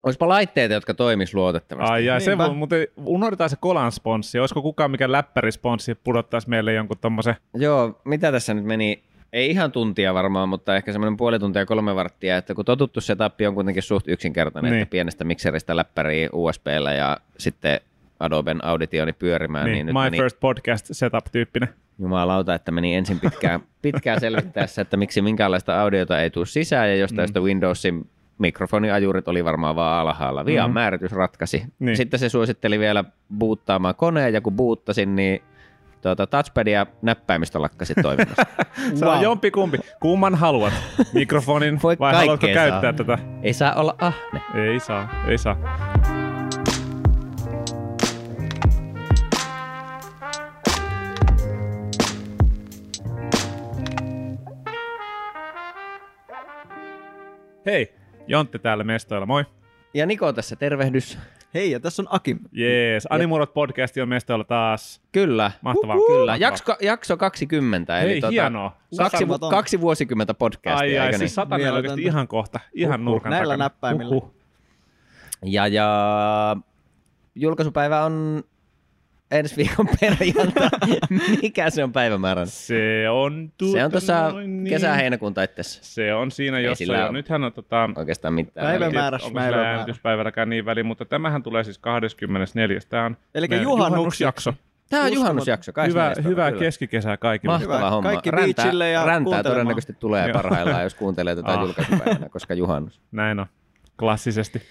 Olisipa laitteita, jotka toimis luotettavasti. Ai se muuten unohdetaan se Kolan sponssi. Olisiko kukaan mikä läppärisponssi pudottaisi meille jonkun tommosen? Joo, mitä tässä nyt meni? Ei ihan tuntia varmaan, mutta ehkä semmoinen puoli tuntia 3 varttia, että kun totuttu setup on kuitenkin suht yksinkertainen, että pienestä mikseristä läppäriä USB:llä ja sitten Adoben Auditioni pyörimään. Niin nyt My first podcast setup-tyyppinen. Jumalauta, että meni ensin pitkään selvittäessä, että miksi minkäänlaista audiota ei tule sisään ja jostain sitä Windowsin mikrofoniajurit oli varmaan vaan alhaalla. Vian määritys ratkaisi. Niin. Sitten se suositteli vielä boottaamaan koneen ja kun boottasin, niin touchpad ja näppäimistö lakkasi toimimasta. Se on jompikumpi. Kumman haluat? Mikrofonin vai haluatko käyttää tätä? Ei saa olla ahne. Ei saa. Hei, Jontti täällä mestoilla, moi. Ja Niko tässä, tervehdys. Hei, ja tässä on Akim. Jees, Animurot podcasti on mestoilla taas. Kyllä. Mahtavaa. Kyllä. Jakso 20. Hei, hienoa. 2 vuosikymmentä podcastia. Ai, siis 100 oikeasti ihan kohta. Ihan nurkan näillä takana. Näppäimillä. Ja julkaisupäivä on ensi viikon perjantai. Mikä se on päivämäärän? Se on tuossa kesä-heinäkuun taitteessa. Se on siinä jossain. Nythän on oikeastaan mitään. Päivämäärässä. Onko sillä äänityspäivälläkään niin väliin, mutta tämähän tulee siis 24. Tämä on juhannusjakso. Tämä on juhannusjakso. Hyvää keskikesää kaikille. Mahtava homma. Kaikki beachille ja räntää todennäköisesti tulee parhaillaan, jos kuuntelee tätä julkaisupäivänä, koska juhannus. Näin on. Klassisesti.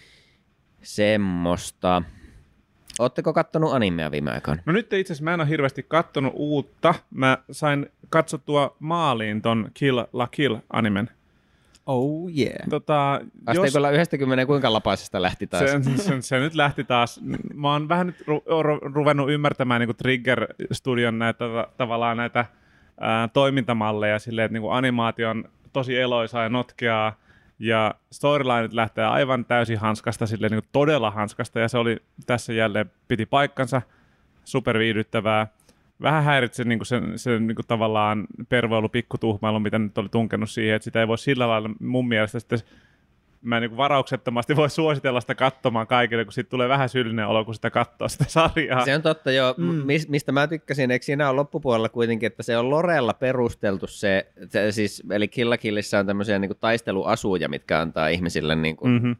Semmosta. Ootteko kattonut animea viime aikoina? No nyt itse asiassa mä en ole hirveästi kattonut uutta. Mä sain katsottua maaliin ton Kill la Kill animen. Oh yeah. Asteikolla 90 kuinka lapaisesta lähti taas? Se nyt lähti taas. Mä oon vähän nyt ruvennut ymmärtämään niin kuin Trigger Studion tavallaan näitä toimintamalleja silleen, että niin kuin animaatio on tosi eloisaa ja notkeaa. Ja storylineit lähtee aivan täysin hanskasta, silleen niin kuin todella hanskasta, ja se oli tässä jälleen piti paikkansa, superviihdyttävää. Vähän häiritsi niin kuin sen niin kuin tavallaan pervoilu pikkutuhmailu, mitä nyt oli tunkenut siihen, että sitä ei voi sillä lailla mun mielestä sitten mä niin kuin varauksettomasti voi suositella sitä katsomaan kaikille, kun siitä tulee vähän syyllinen olo, kun sitä katsoo sitä sarjaa. Se on totta, joo. Mistä mä tykkäsin, eikö siinä ole loppupuolella kuitenkin, että se on Lorella perusteltu se siis, eli Kill la Killissä on tämmöisiä niin kuin taisteluasuja, mitkä antaa ihmisille niin kuin,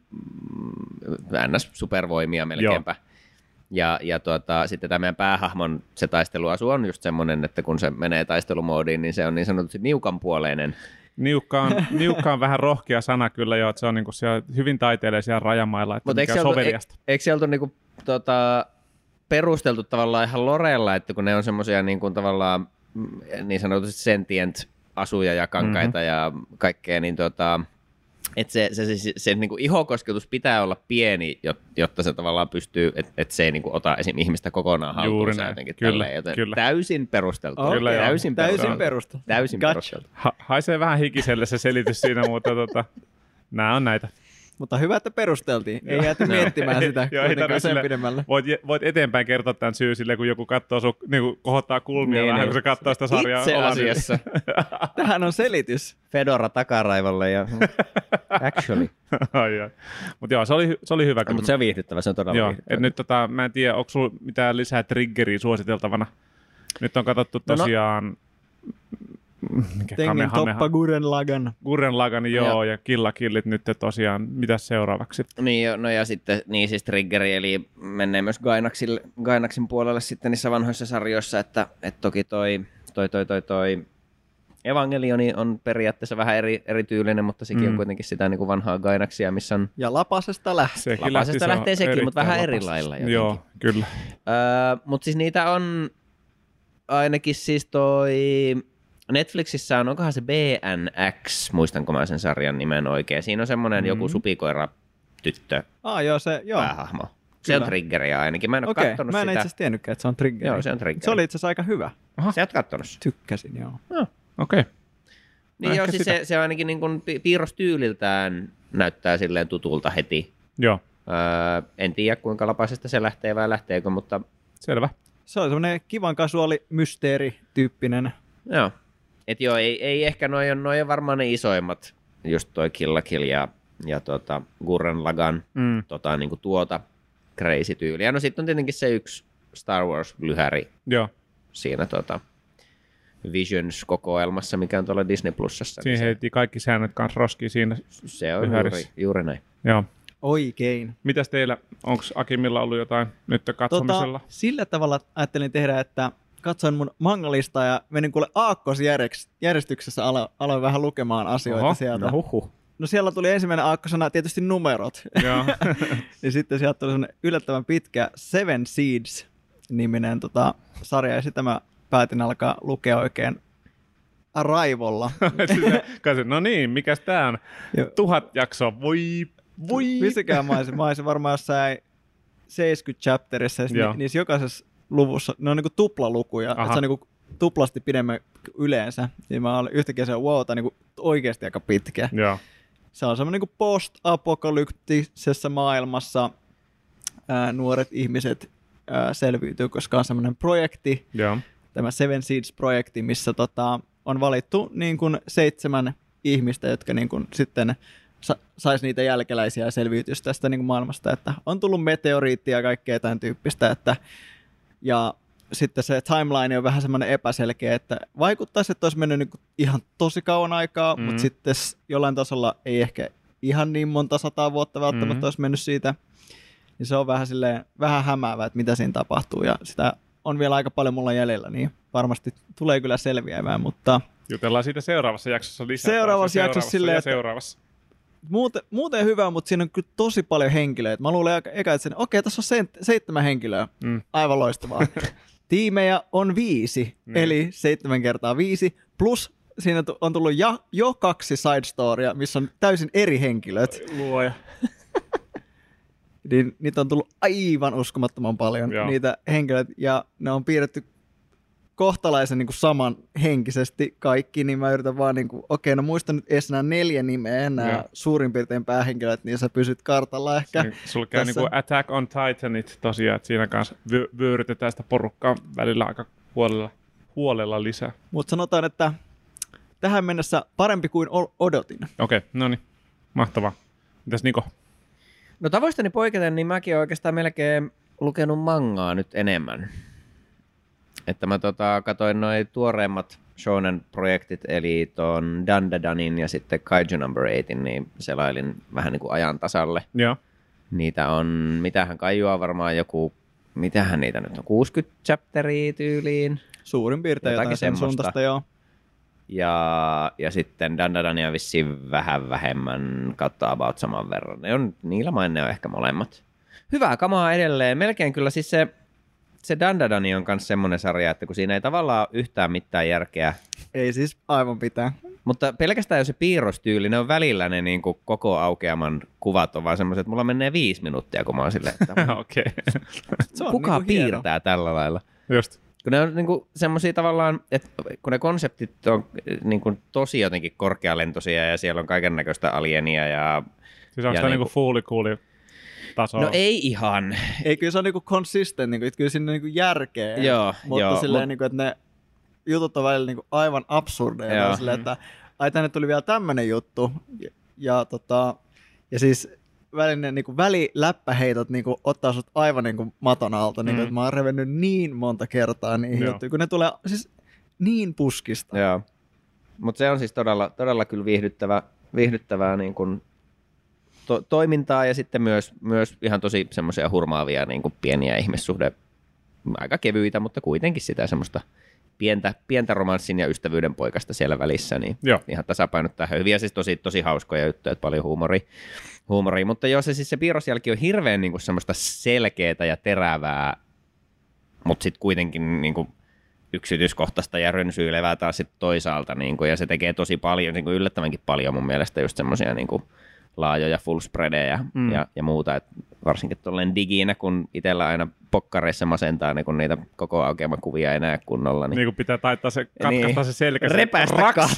NS-supervoimia melkeinpä. Ja sitten tämä meidän päähahmon se taisteluasu on just semmoinen, että kun se menee taistelumoodiin, niin se on niin sanotusti niukanpuoleinen. Niukka on vähän rohkea sana kyllä jo, että se on niinku siellä hyvin taiteilee siellä rajamailla, että mikä on soveliasta. Eikö se oltu niinku, perusteltu tavallaan ihan Lorella, että kun ne on semmoisia niin kuin tavallaan niin sanotusti sentient asuja ja kankaita ja kaikkea, niin että se niin kuin ihokosketus pitää olla pieni, jotta se tavallaan pystyy, että se ei niin kuin ota esim. Ihmistä kokonaan haltuunsa jotenkin. Kyllä. Täysin perusteltu. Okay. Kyllä, täysin perusteltu. Haisee vähän hikiselle se selitys siinä, mutta nämä on näitä. Mutta hyvä, että perusteltiin. Ei jääty miettimään sitä kuitenkaan sen pidemmälle. Voit eteenpäin kertoa tämän syyn silleen, kun joku katsoo niin kohottaa kulmia vähän, kun se katsoo sitä sarjaa. Itse asiassa. Tähän on selitys. Fedora takaraivolle ja actually. Mutta joo, se oli hyvä. Mutta se on viihdyttävä, se on todella viihdyttävä. Nyt mä en tiedä, onko sulla mitään lisää triggeria suositeltavana? Nyt on katsottu tosiaan... Tengen toppa Gurren Lagann. Gurren Lagann, joo, ja Kill la Killit nyt tosiaan. Mitäs seuraavaksi? Niin, no ja sitten siis triggeri, eli menee myös Gainaxin puolelle sitten niissä vanhoissa sarjoissa, että toki toi Evangelioni on periaatteessa vähän eri tyylinen, mutta sekin on kuitenkin sitä niin kuin vanhaa Gainaxia, missä on... Ja Lapasesta lähtee. Lapasesta lähtee sekin, mutta vähän eri lailla jotenkin. Joo, kyllä. Mutta siis niitä on ainakin siis toi... Netflixissä on, onkohan se BNX, muistanko mä sen sarjan nimen oikein. Siinä on semmoinen joku supikoira tyttö päähahmo. Se on triggeriä ainakin. Mä en ole kattonut sitä. Mä en itse asiassa tiennytkään, että se on triggeri. Joo, se on triggeri. Se oli itse asiassa aika hyvä. Sä oot kattonut sitä? Tykkäsin, joo. Okei. Niin joo, siis se ainakin niin kuin piirrostyyliltään näyttää silleen tutulta heti. Joo. En tiedä, kuinka lapasesta se lähtee vai lähteekö, mutta... Selvä. Se on semmoinen kivan kasuaali mysteerityyppinen. Joo. Että joo, ei ehkä noi on varmaan ne isoimmat, just toi Kill la Kill ja ja Gurren Lagann niin kuin tuota crazy-tyyliä. No sitten on tietenkin se yksi Star Wars-lyhäri siinä Visions-kokoelmassa, mikä on tuolla Disney Plusassa. Siinä heitti kaikki säännöt kanssa roskiin siinä. Se on juuri näin. Joo. Oikein. Mitäs teillä, onko Akimilla ollut jotain nyt katsomisella? Sillä tavalla ajattelin tehdä, että katsoin mun mangalistaa ja menin kuule aakkosjärjestyksessä, aloin vähän lukemaan asioita sieltä. No siellä tuli ensimmäinen aakkosana tietysti numerot. Joo. Ja sitten sieltä tuli sellainen yllättävän pitkä Seven Seeds-niminen sarja, ja sitten mä päätin alkaa lukea oikein raivolla. No niin, mikäs tää on? 1000 jaksoa, voi. Missäkään mä olisin varmaan jossain 70 chapterissa, ja niissä jokaisessa luvussa, ne on niinku tuplalukuja, että se on niinku tuplasti pidemmän yleensä. Niin mä olin yhtäkkiä se niinku oikeasti aika pitkä. Joo. Se on semmoinen niinku post-apokalyptisessa maailmassa nuoret ihmiset selviytyy, koska on semmoinen projekti, tämä Seven Seeds-projekti, missä on valittu niin kuin 7 ihmistä, jotka niin kuin sitten saisi niitä jälkeläisiä ja selviytyisi tästä niin kuin maailmasta, että on tullut meteoriittia ja kaikkea tämän tyyppistä, ja sitten se timeline on vähän semmoinen epäselkeä, että vaikuttaisi, että olisi mennyt niin kuin ihan tosi kauan aikaa, mutta sitten jollain tasolla ei ehkä ihan niin monta 100 vuotta välttämättä olisi mennyt siitä, niin se on vähän hämäävää, että mitä siinä tapahtuu, ja sitä on vielä aika paljon mulla jäljellä, niin varmasti tulee kyllä selviämään, mutta jutellaan siitä seuraavassa jaksossa lisää. Seuraavassa jaksossa silleen, että seuraavassa. Muuten hyvä, mutta siinä on kyllä tosi paljon henkilöitä. Mä luulen eka, että okei, tässä on 7 henkilöä. Aivan loistavaa. Tiimejä on 5, eli 7 kertaa 5, plus siinä on tullut jo 2 side storya, missä on täysin eri henkilöt. Luoja. Niin, niitä on tullut aivan uskomattoman paljon, niitä henkilöitä, ja ne on piirretty kohtalaisen niin kuin samanhenkisesti kaikki, niin mä yritän vaan, niin kuin, no muistan nyt edes nämä 4 nimeä, nämä suurin piirtein päähenkilöt, niin sä pysyt kartalla ehkä. Sulla käy niin kuin Attack on Titanit tosiaan, että siinä kanssa vyörytetään sitä porukkaa välillä aika huolella lisää. Mutta sanotaan, että tähän mennessä parempi kuin odotin. Okei, no niin, mahtavaa. Mitäs Niko? No tavoistani poiketen, niin mäkin olen oikeastaan melkein lukenut mangaa nyt enemmän. Että mä katoin noi tuoreimmat shonen-projektit, eli ton Dandadan ja sitten Kaiju Number 8, niin selailin vähän niin kuin ajan tasalle. Joo. Niitä on, mitähän Kaijua varmaan joku, mitähän niitä nyt on, 60 chapteria tyyliin. Suurin piirtein jotain sen suuntaista, joo. Ja sitten Dandadania vissiin vähän vähemmän kautta about saman verran. Niillä main ne on ehkä molemmat. Hyvää kamaa edelleen. Melkein kyllä siis se Dandadani on myös semmoinen sarja, että kun siinä ei tavallaan yhtään mitään järkeä. Ei siis aivan pitää. Mutta pelkästään jo se piirrostyyli, ne on välillä ne niin kuin koko aukeaman kuvat on vaan semmoiset, että mulla menee 5 minuuttia, kun mä oon silleen, että okei. Kuka niin piirtää tällä lailla? Just. Kun ne on niinku semmoisia tavallaan, että kun ne konseptit on niinku tosi jotenkin korkealentoisia ja siellä on kaiken näköistä alienia ja... Siis onko tämä niinku fuulikuuli taso? No ei ihan. Ei, kyllä se on niinku consistent, niinku, kyllä siinä niinku järkeä. Joo, mutta silleen, niinku, että ne jutut on välillä niinku aivan absurdeja. Silleen, että tänne tuli vielä tämmöinen juttu. Ja siis välinen niinku väliläppäheitot niinku ottaa sut aivan niinku maton alta, niinku, että mä oon revennyt niin monta kertaa niihin juttuihin, kun ne tulee siis niin puskista. Joo. Mutta se on siis todella kyllä viihdyttävää niin kuin toimintaa ja sitten myös ihan tosi semmoisia hurmaavia niin kuin pieniä ihmissuhde, aika kevyitä, mutta kuitenkin sitä semmoista pientä romanssin ja ystävyyden poikasta siellä välissä, niin ihan tasapainottaa hyviä, siis tosi hauskoja juttuja, paljon huumoria. Mutta joo, se piirrosjälki on hirveän niin kuin semmoista selkeää ja terävää, mutta sitten kuitenkin niin kuin yksityiskohtaista ja rönsyilevää taas sit toisaalta, niin kuin, ja se tekee tosi paljon, niin kuin yllättävänkin paljon mun mielestä just semmoisia niin kuin laajoja full spreadejä ja muuta, et varsinkin tuolleen diginä, kun itsellä aina pokkareissa masentaa, niin kun niitä koko aukeamakuvia ei näe kunnolla. Niin kun pitää taittaa se, katkaista se selkä. Repästä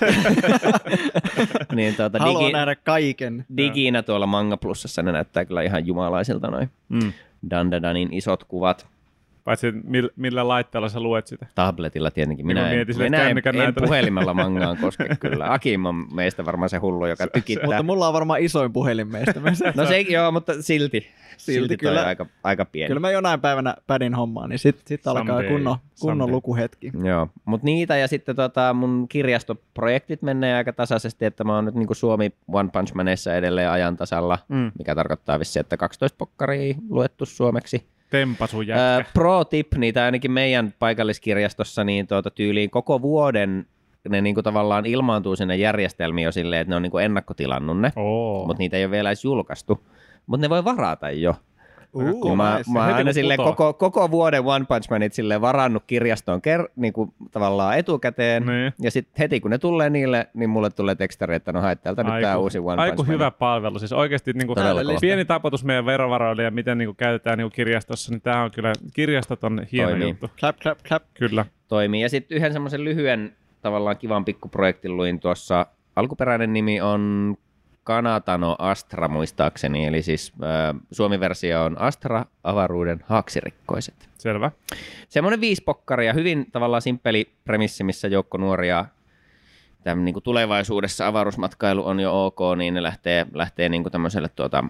niin, haluan nähdä kaiken. Diginä tuolla Manga Plusassa ne näyttää kyllä ihan jumalaisilta noin Dandadanin isot kuvat. Paitsi millä laitteella sä luet sitä? Tabletilla tietenkin. Minä en puhelimella mangaan koske kyllä. Akim on meistä varmaan se hullu, joka tykittää. Mutta mulla on varmaan isoin puhelin meistä. No se joo, mutta silti kyllä aika pieni. Kyllä mä jonain päivänä pädin hommaa, niin sit alkaa kunnon lukuhetki. Joo, mutta niitä ja sitten mun kirjastoprojektit menee aika tasaisesti, että mä oon nyt niinku Suomi One Punch Manissa edelleen ajan tasalla, mikä tarkoittaa vissiin, että 12 pokkaria luettu suomeksi. Tempasu jätkä. Pro tip, niitä ainakin meidän paikalliskirjastossa niin tyyliin koko vuoden ne niinku tavallaan ilmaantuu sinne järjestelmiin jo silleen, että ne on niinku ennakkotilannut ne, mutta niitä ei ole vielä edes julkaistu. Mutta ne voi varata jo. Mä aina silleen koko vuoden One Punch Manit silleen varannut kirjastoon niinku tavallaan etukäteen. Ja sitten heti kun ne tulee niille, niin mulle tulee tekstari, että no haet täältä nyt tää uusi One Punch Man. Aiku hyvä palvelu. Siis oikeasti niinku pieni tapotus meidän verovaroille ja miten niinku käytetään niinku kirjastossa, niin tää on kyllä, kirjastot on hieno juttu. Clap. Kyllä. Toimii. Ja sitten yhden semmoisen lyhyen tavallaan kivan pikkuprojektin luin tuossa. Alkuperäinen nimi on Kanatano Astra muistaakseni, eli siis suomi-versio on Astra, avaruuden haaksirikkoiset. Selvä. Semmoinen 5 pokkaria, hyvin tavallaan simppeli premissi, missä joukko nuoria niin kuin tulevaisuudessa avaruusmatkailu on jo ok, niin ne lähtee niin kuin tämmöiselle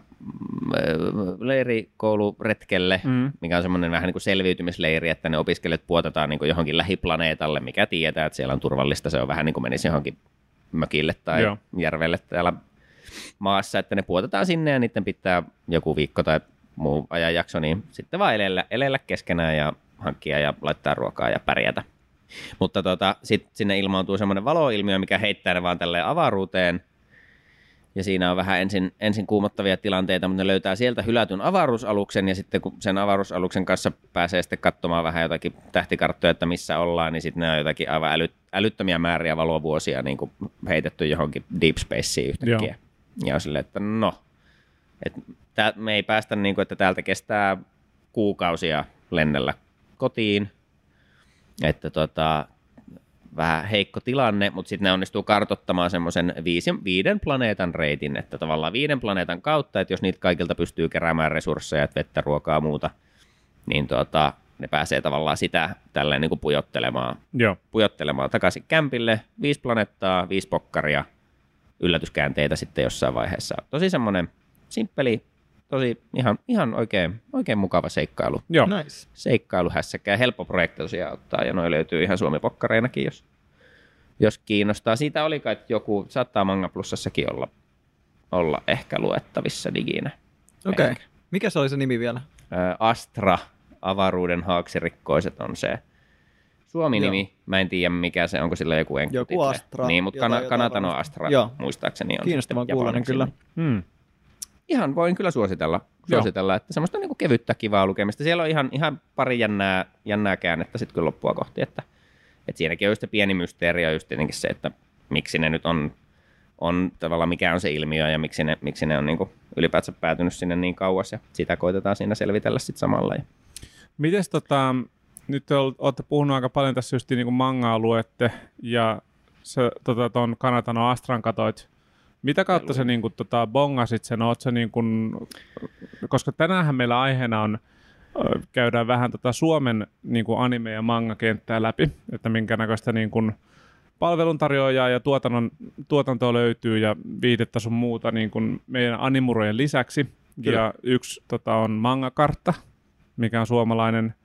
leirikouluretkelle, mikä on semmoinen vähän niin kuin selviytymisleiri, että ne opiskelijat puotetaan niin kuin johonkin lähiplaneetalle, mikä tietää, että siellä on turvallista, se on vähän niin kuin menisi johonkin mökille tai järvelle täällä maassa, että ne puotetaan sinne ja niiden pitää joku viikko tai muu ajanjakso, niin sitten vaan elellä keskenään ja hankkia ja laittaa ruokaa ja pärjätä. Mutta sitten sinne ilmaantuu semmoinen valoilmiö, mikä heittää ne vaan tälleen avaruuteen. Ja siinä on vähän ensin kuumottavia tilanteita, mutta ne löytää sieltä hylätyn avaruusaluksen, ja sitten kun sen avaruusaluksen kanssa pääsee sitten katsomaan vähän jotakin tähtikarttoja, että missä ollaan, niin sitten ne on jotakin aivan älyttömiä määriä valovuosia niin kuin heitetty johonkin deep spaceen yhtäkkiä. Joo. Ja on silleen, että me ei päästä, niin kuin, että täältä kestää kuukausia lennellä kotiin, että vähän heikko tilanne, mutta sitten ne onnistuu kartoittamaan semmoisen 5 planeetan reitin, että tavallaan 5 planeetan kautta, että jos niitä kaikilta pystyy keräämään resursseja, vettä, ruokaa ja muuta, niin ne pääsee tavallaan sitä tälleen niin kuin pujottelemaan takaisin kämpille. 5 planeettaa, 5 pokkaria, yllätyskäänteitä sitten jossain vaiheessa. Tosi semmoinen simppeli, tosi ihan oikein mukava seikkailu. Joo. Nice. Seikkailuhässäkkä ja helppo projekti tosiaan ottaa, ja noi löytyy ihan Suomi-pokkareinakin, jos kiinnostaa. Siitä oli kai, että joku saattaa Manga Plussassakin olla ehkä luettavissa diginä. Okei. Okay. Mikä se oli se nimi vielä? Astra, avaruuden haaksirikkoiset on se Suomi-nimi. Mä en tiedä mikä se, onko sillä joku Joku Astra. Niin, mutta Kanatano Astra muistaakseni on. Kiinnostavan kuulonen kyllä. Ihan voin kyllä suositella, että semmoista niinku kevyttä, kivaa lukemista. Siellä on ihan pari jännää käännettä sitten kyllä loppua kohti, että siinäkin on just se pieni mysteeri, on just tietenkin se, että miksi ne nyt on tavallaan mikä on se ilmiö ja miksi ne on niinku ylipäätänsä päätynyt sinne niin kauas, ja sitä koitetaan siinä selvitellä sitten samalla. Mites nyt olette puhunut aika paljon tässä just niin kuin mangaa luette, ja ton Kanatano Astran katoit. Mitä kautta sä niin kuin, bongasit sen? Oot sä niin kuin, koska tänäänhän meillä aiheena on, käydään vähän Suomen niin kuin anime- ja manga-kenttää läpi, että minkä näköistä niin kuin palveluntarjoajaa ja tuotantoa löytyy ja viihdettä sun muuta niin kuin meidän animurojen lisäksi. Kyllä. Ja yksi on Manga-kartta, mikä on suomalainen,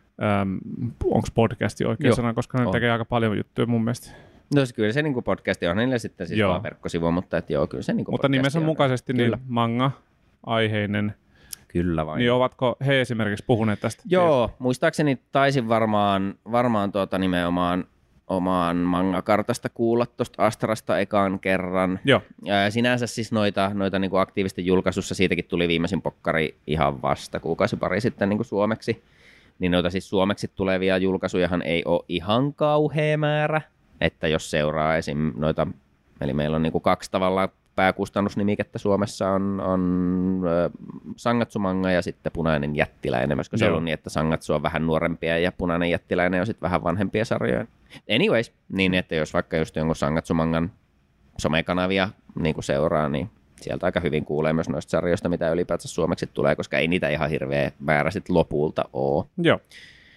onko podcasti oikein sana, koska ne tekee aika paljon juttuja mun mielestä. No kyllä se niin podcasti on, niillä sitten siis vaan verkkosivu, mutta että kyllä se niin mutta nimensä mukaisesti niin manga-aiheinen. Kyllä vain. Niin ovatko he esimerkiksi puhuneet tästä? Joo, muistaakseni taisin varmaan nimenomaan omaan manga-kartasta kuulla tuosta Astrasta ekaan kerran. Joo. Ja sinänsä siis noita niin kuin aktiivisesti julkaisussa, siitäkin tuli viimeisin pokkari ihan vasta kuukausi pari sitten niin kuin suomeksi. Niin noita siis suomeksi tulevia julkaisujahan ei ole ihan kauhea määrä. Että jos seuraa esim. Noita, eli meillä on niin kuin 2 tavallaan pääkustannusnimikettä Suomessa on Sangatsu Manga ja sitten Punainen jättiläinen, koska se on niin, että Sangatsu on vähän nuorempia ja Punainen jättiläinen on sitten vähän vanhempia sarjoja. Anyways, niin että jos vaikka just jonkun Sangatsu Mangan somekanavia niin kuin seuraa, niin sieltä aika hyvin kuulee myös noista sarjoista, mitä ylipäätään suomeksi tulee, koska ei niitä ihan hirveä määrä sitten lopulta ole. Joo.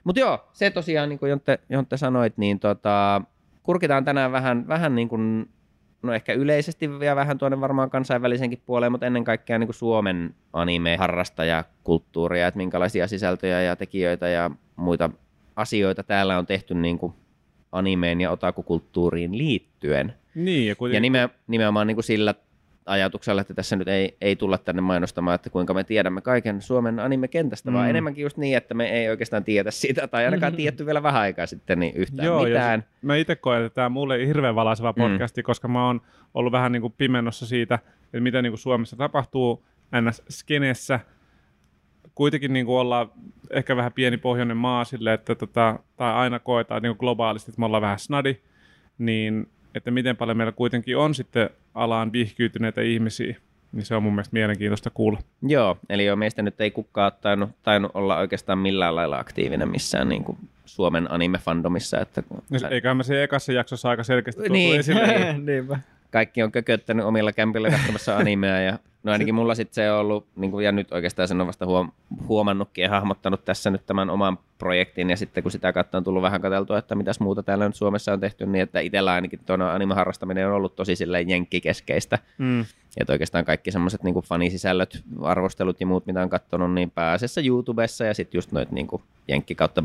Mutta joo, se tosiaan, niin kuin Jontte sanoit, niin kurkitaan tänään vähän niin kuin, no ehkä yleisesti ja vähän tuonne varmaan kansainvälisenkin puoleen, mutta ennen kaikkea niin kuin Suomen anime-harrastajakulttuuria, että minkälaisia sisältöjä ja tekijöitä ja muita asioita täällä on tehty niin kuin animeen ja otakukulttuuriin liittyen. Niin, ja nimenomaan niin kuin sillä ajatuksella, että tässä nyt ei tulla tänne mainostamaan, että kuinka me tiedämme kaiken Suomen anime-kentästä, vaan enemmänkin just niin, että me ei oikeastaan tiedä sitä, tai ainakaan tiedetty vielä vähän aikaa sitten niin yhtään mitään. Mä itse koen, että tämä on mulle hirveän valaiseva podcasti, koska mä oon ollut vähän niin kuin pimennossa siitä, että mitä niin kuin Suomessa tapahtuu NS-skenessä. Kuitenkin niin kuin ollaan ehkä vähän pieni pohjoinen maa sille, että tai aina koetaan niin kuin globaalisti, että me ollaan vähän snadi, niin että miten paljon meillä kuitenkin on sitten alaan vihkyytyneitä ihmisiä, niin se on mun mielestä mielenkiintoista kuulla. Joo, eli meistä nyt ei kukaan tainnut olla oikeastaan millään lailla aktiivinen missään niin kuin Suomen anime-fandomissa. Että eiköhän me se ekassa jaksossa aika selkeästi niin, esille. Niinpä. Kaikki on kököttänyt omilla kämpillä katsomassa animea ja no ainakin mulla sitten se on ollut, niin kuin, ja nyt oikeastaan sen on vasta huomannutkin ja hahmottanut tässä nyt tämän oman projektin, ja sitten kun sitä kautta on tullut vähän katseltua, että mitäs muuta täällä nyt Suomessa on tehty, niin että itsellä ainakin tuon anime-harrastaminen on ollut tosi silleen jenkkikeskeistä. Että oikeastaan kaikki semmoiset niin kuin fanisisällöt, arvostelut ja muut, mitä on katsonut, niin pääasiassa YouTubessa ja sitten just noit niin kuin jenkki kautta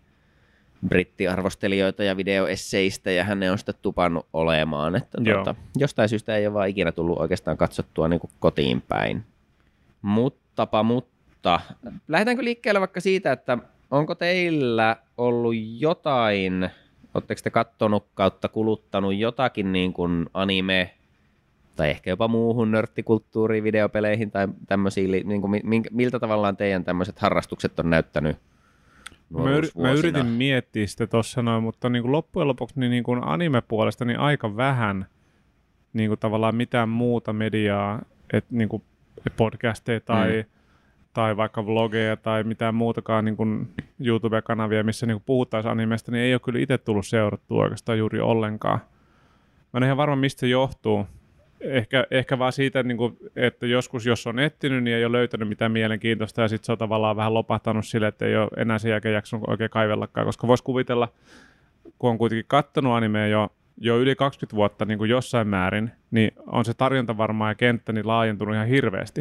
brittiarvostelijoita ja videoesseistä, ja hän on sitten tupannut olemaan, että jostain syystä ei ole vaan ikinä tullut oikeastaan katsottua niin kuin kotiin päin. Mutta, lähdetäänkö liikkeelle vaikka siitä, että onko teillä ollut jotain, oletteko te kattonut kautta kuluttanut jotakin niin kuin anime, tai ehkä jopa muuhun nörttikulttuuriin, videopeleihin tai tämmöisiin, niin kuin, miltä tavallaan teidän tämmöiset harrastukset on näyttänyt? Mä yritin miettiä sitä tuossa noin, mutta niin kuin loppujen lopuksi niin kuin anime-puolesta niin aika vähän niin kuin tavallaan mitään muuta mediaa, että niin kuin podcasteja tai vaikka vlogeja tai mitään muutakaan niin kuin YouTube-kanavia, missä niin kuin puhuttaisiin animesta, niin ei ole kyllä itse tullut seurattua oikeastaan juuri ollenkaan. Mä en ihan varma, mistä se johtuu. Ehkä vaan siitä, että joskus jos on etsinyt, niin ei ole löytänyt mitään mielenkiintoista ja sitten se on tavallaan vähän lopahtanut sille, että ei ole enää sen jälkeen jaksanut oikein kaivellakaan, koska voisi kuvitella, kun on kuitenkin kattonut animea jo yli 20 vuotta niin kuin jossain määrin, niin on se tarjonta varmaan ja kenttä niin laajentunut ihan hirveästi.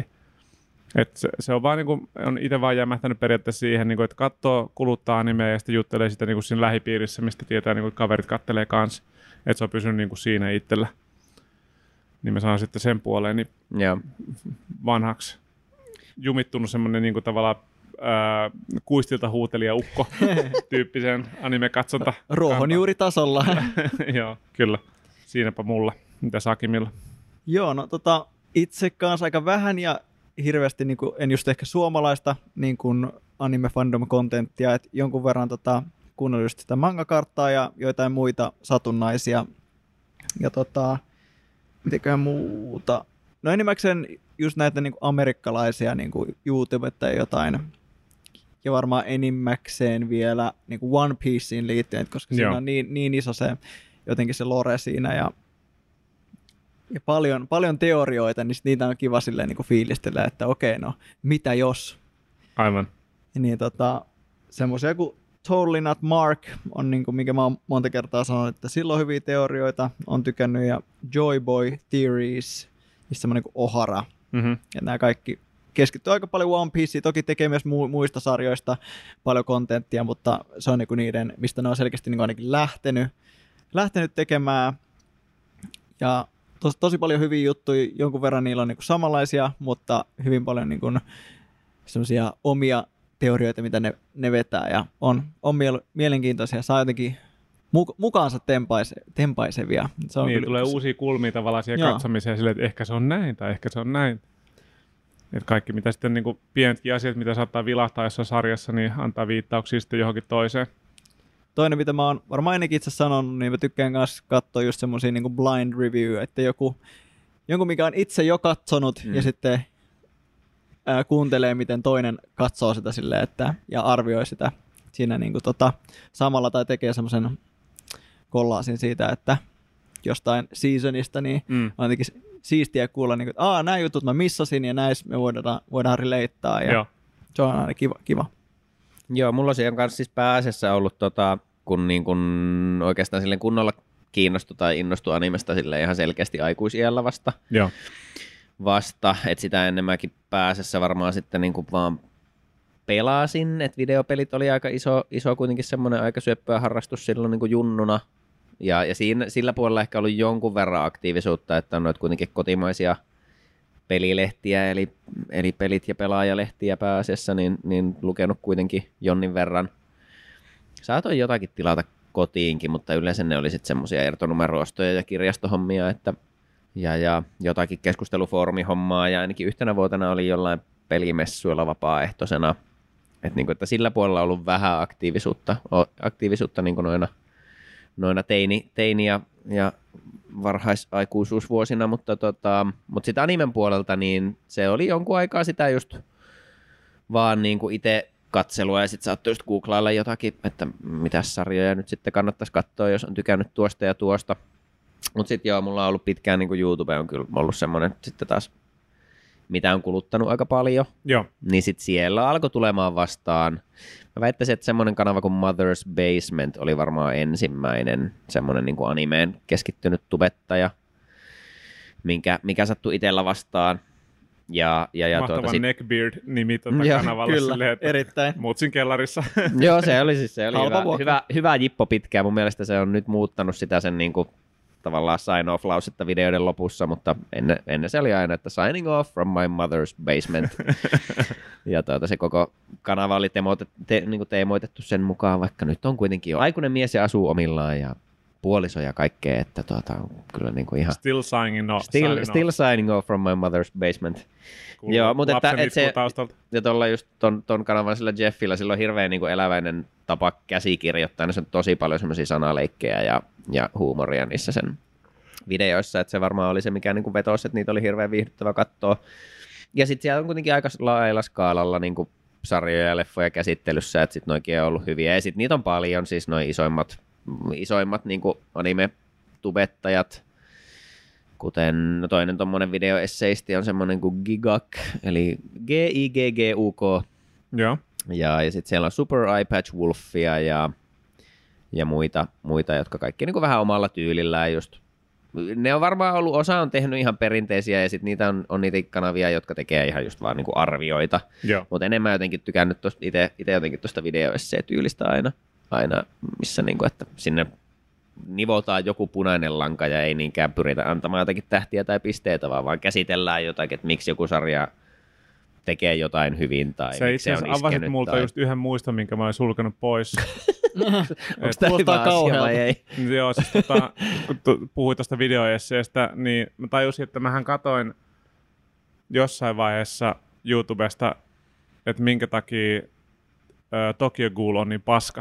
Se on vaan on itse vaan jämähtänyt periaatteessa siihen, että katsoo, kuluttaa animea ja sitten juttelee sitä siinä lähipiirissä, mistä tietää, että kaverit kattelee kanssa, että se on pysynyt siinä itsellä. Niin mä saan sitten sen puoleen niin vanhaksi jumittunut semmoinen tavallaan kuistilta huutelija ukko tyyppisen anime-katsonta. Ruohonjuuritasolla. Joo, kyllä. Siinäpä mulla. Mitä Sakimilla? Joo, no itse kanssa aika vähän ja hirveästi en just ehkä suomalaista anime-fandom-kontenttia, että jonkun verran kuunnellut just sitä manga-karttaa ja joitain muita satunnaisia. Ja mitenköhän muuta? No enimmäkseen just näitä amerikkalaisia YouTubetta ja jotain. Ja varmaan enimmäkseen vielä One Pieceen liittyen, koska siinä on niin iso se jotenkin se lore siinä ja paljon teorioita, niin niitä on kiva silleen fiilistellä, että okei, no mitä jos? Aivan. Niin semmoisia kuin Totally Not Mark on, minkä mä oon monta kertaa sanonut, että sillä on hyviä teorioita, on tykännyt, ja Joy Boy Theories, missä semmoinen kuin Ohara. Ja nämä kaikki keskittyy aika paljon One Pieceen, toki tekee myös muista sarjoista paljon kontenttia, mutta se on niiden, mistä ne on selkeästi ainakin lähtenyt tekemään. Ja tosi paljon hyviä juttuja, jonkun verran niillä on samanlaisia, mutta hyvin paljon semmoisia omia teorioita, mitä ne vetää, ja on mielenkiintoisia, saa jotenkin mukaansa tempaisevia. Se on niin, tulee uusia kulmia tavallaan siihen katsomiseen silleen, että ehkä se on näin, tai ehkä se on näin. Et kaikki, mitä sitten pienetkin asiat, mitä saattaa vilahtaa jossain sarjassa, niin antaa viittauksia sitten johonkin toiseen. Toinen, mitä mä oon varmaan ainakin itse sanonut, niin mä tykkään myös katsoa just semmosia blind review, että jonkun mikä on itse jo katsonut, ja sitten kuuntelee, miten toinen katsoo sitä silleen, ja arvioi sitä siinä samalla tai tekee semmoisen kollaasin siitä, että jostain seasonista, niin on jotenkin siistiä kuulla, että nämä jutut mä missasin ja näissä me voidaan relateaa, ja se on aina kiva. Joo, mulla on siihen kanssa siis pääasiassa ollut, kun niin kun oikeastaan silleen kunnolla kiinnostui tai innostui animesta silleen ihan selkeästi aikuisiällä vasta, että sitä enemmänkin pääasiassa varmaan sitten niin kuin vaan pelasin, että videopelit oli aika iso kuitenkin semmoinen aika syöppöä harrastus silloin niin kuin junnuna, ja sillä puolella ehkä ollut jonkun verran aktiivisuutta, että on noita kuitenkin kotimaisia pelilehtiä, eli pelit ja pelaajalehtiä pääasiassa, niin lukenut kuitenkin jonnin verran. Saatoin jotakin tilata kotiinkin, mutta yleensä ne oli sitten semmoisia irtonumeroostoja ja kirjastohommia, ja jotakin keskustelufoorumihommaa, ja ainakin yhtenä vuotena oli jollain pelimessuilla vapaaehtoisena, että sillä puolella on ollut vähän aktiivisuutta niin kuin noina teini- ja varhaisaikuisuusvuosina, mutta sitä animen puolelta niin se oli jonkun aikaa sitä just vaan niin kuin itse katselua, ja sitten saattoi just googlailla jotakin, että mitä sarjoja nyt sitten kannattaisi katsoa, jos on tykännyt tuosta ja tuosta. Mutta sitten joo, mulla on ollut pitkään niin kuin YouTube on kyllä ollut semmoinen sitten taas, mitä on kuluttanut aika paljon. Joo. Niin sitten siellä alkoi tulemaan vastaan. Mä väittäisin, että semmoinen kanava kuin Mother's Basement oli varmaan ensimmäinen semmoinen niin kuin animeen keskittynyt tubettaja, mikä sattui itsellä vastaan. Mahtava Neckbeard-nimi kanavalla. Kyllä, silleen, että erittäin. Mutsin kellarissa. Joo, se oli hyvä jippo pitkään. Mun mielestä se on nyt muuttanut sitä sen niin kuin tavallaan sign-off-lausetta videoiden lopussa, mutta ennen se oli aina, että signing off from my mother's basement. Ja se koko kanava oli niin kuin teemoitettu sen mukaan, vaikka nyt on kuitenkin jo aikuinen mies ja asuu omillaan ja puoliso ja kaikkea, että kyllä niin kuin ihan... Still signing off. Still signing off from my mother's basement. Joo, mutta että se, ja tuolla just ton kanavan sillä Jeffillä, sillä on hirveän niin kuin eläväinen tapa käsikirjoittaa, niin se on tosi paljon semmoisia sanaleikkejä ja huumoria niissä sen videoissa, että se varmaan oli se, mikä niin kuin vetosi, että niitä oli hirveän viihdyttävä katsoa. Ja sitten siellä on kuitenkin aika laajalla skaalalla niin kuin sarjoja ja leffoja käsittelyssä, että sitten noikin on ollut hyviä, ja sitten niitä on paljon, siis noin isoimmat niin kuin anime-tubettajat, kuten toinen tommonen videoesseisti on semmoinen kuin Gigak, eli Gigguk. Joo. Ja sitten siellä on Super Eye Patch Wolfia ja muita, jotka kaikki niin kuin vähän omalla tyylillään just. Ne on varmaan ollut, osa on tehnyt ihan perinteisiä, ja sitten niitä on niitä kanavia, jotka tekee ihan just vaan niin kuin arvioita. Mutta enemmän jotenkin tykännyt itse jotenkin tuosta videoessee-tyylistä aina missä niin kuin, että sinne nivotaan joku punainen lanka ja ei niinkään pyritä antamaan jotakin tähtiä tai pisteitä, vaan käsitellään jotakin, että miksi joku sarja tekee jotain hyvin tai se miksi se on iskenyt. Avasit multa just yhden muiston, minkä mä olin sulkenut pois. Onko tämä hyvä asia vai ei? Joo, siis kun puhuit tuosta videoesseestä, niin mä tajusin, että mähän katoin jossain vaiheessa YouTubesta, että minkä takia Tokyo Ghoul on niin paska.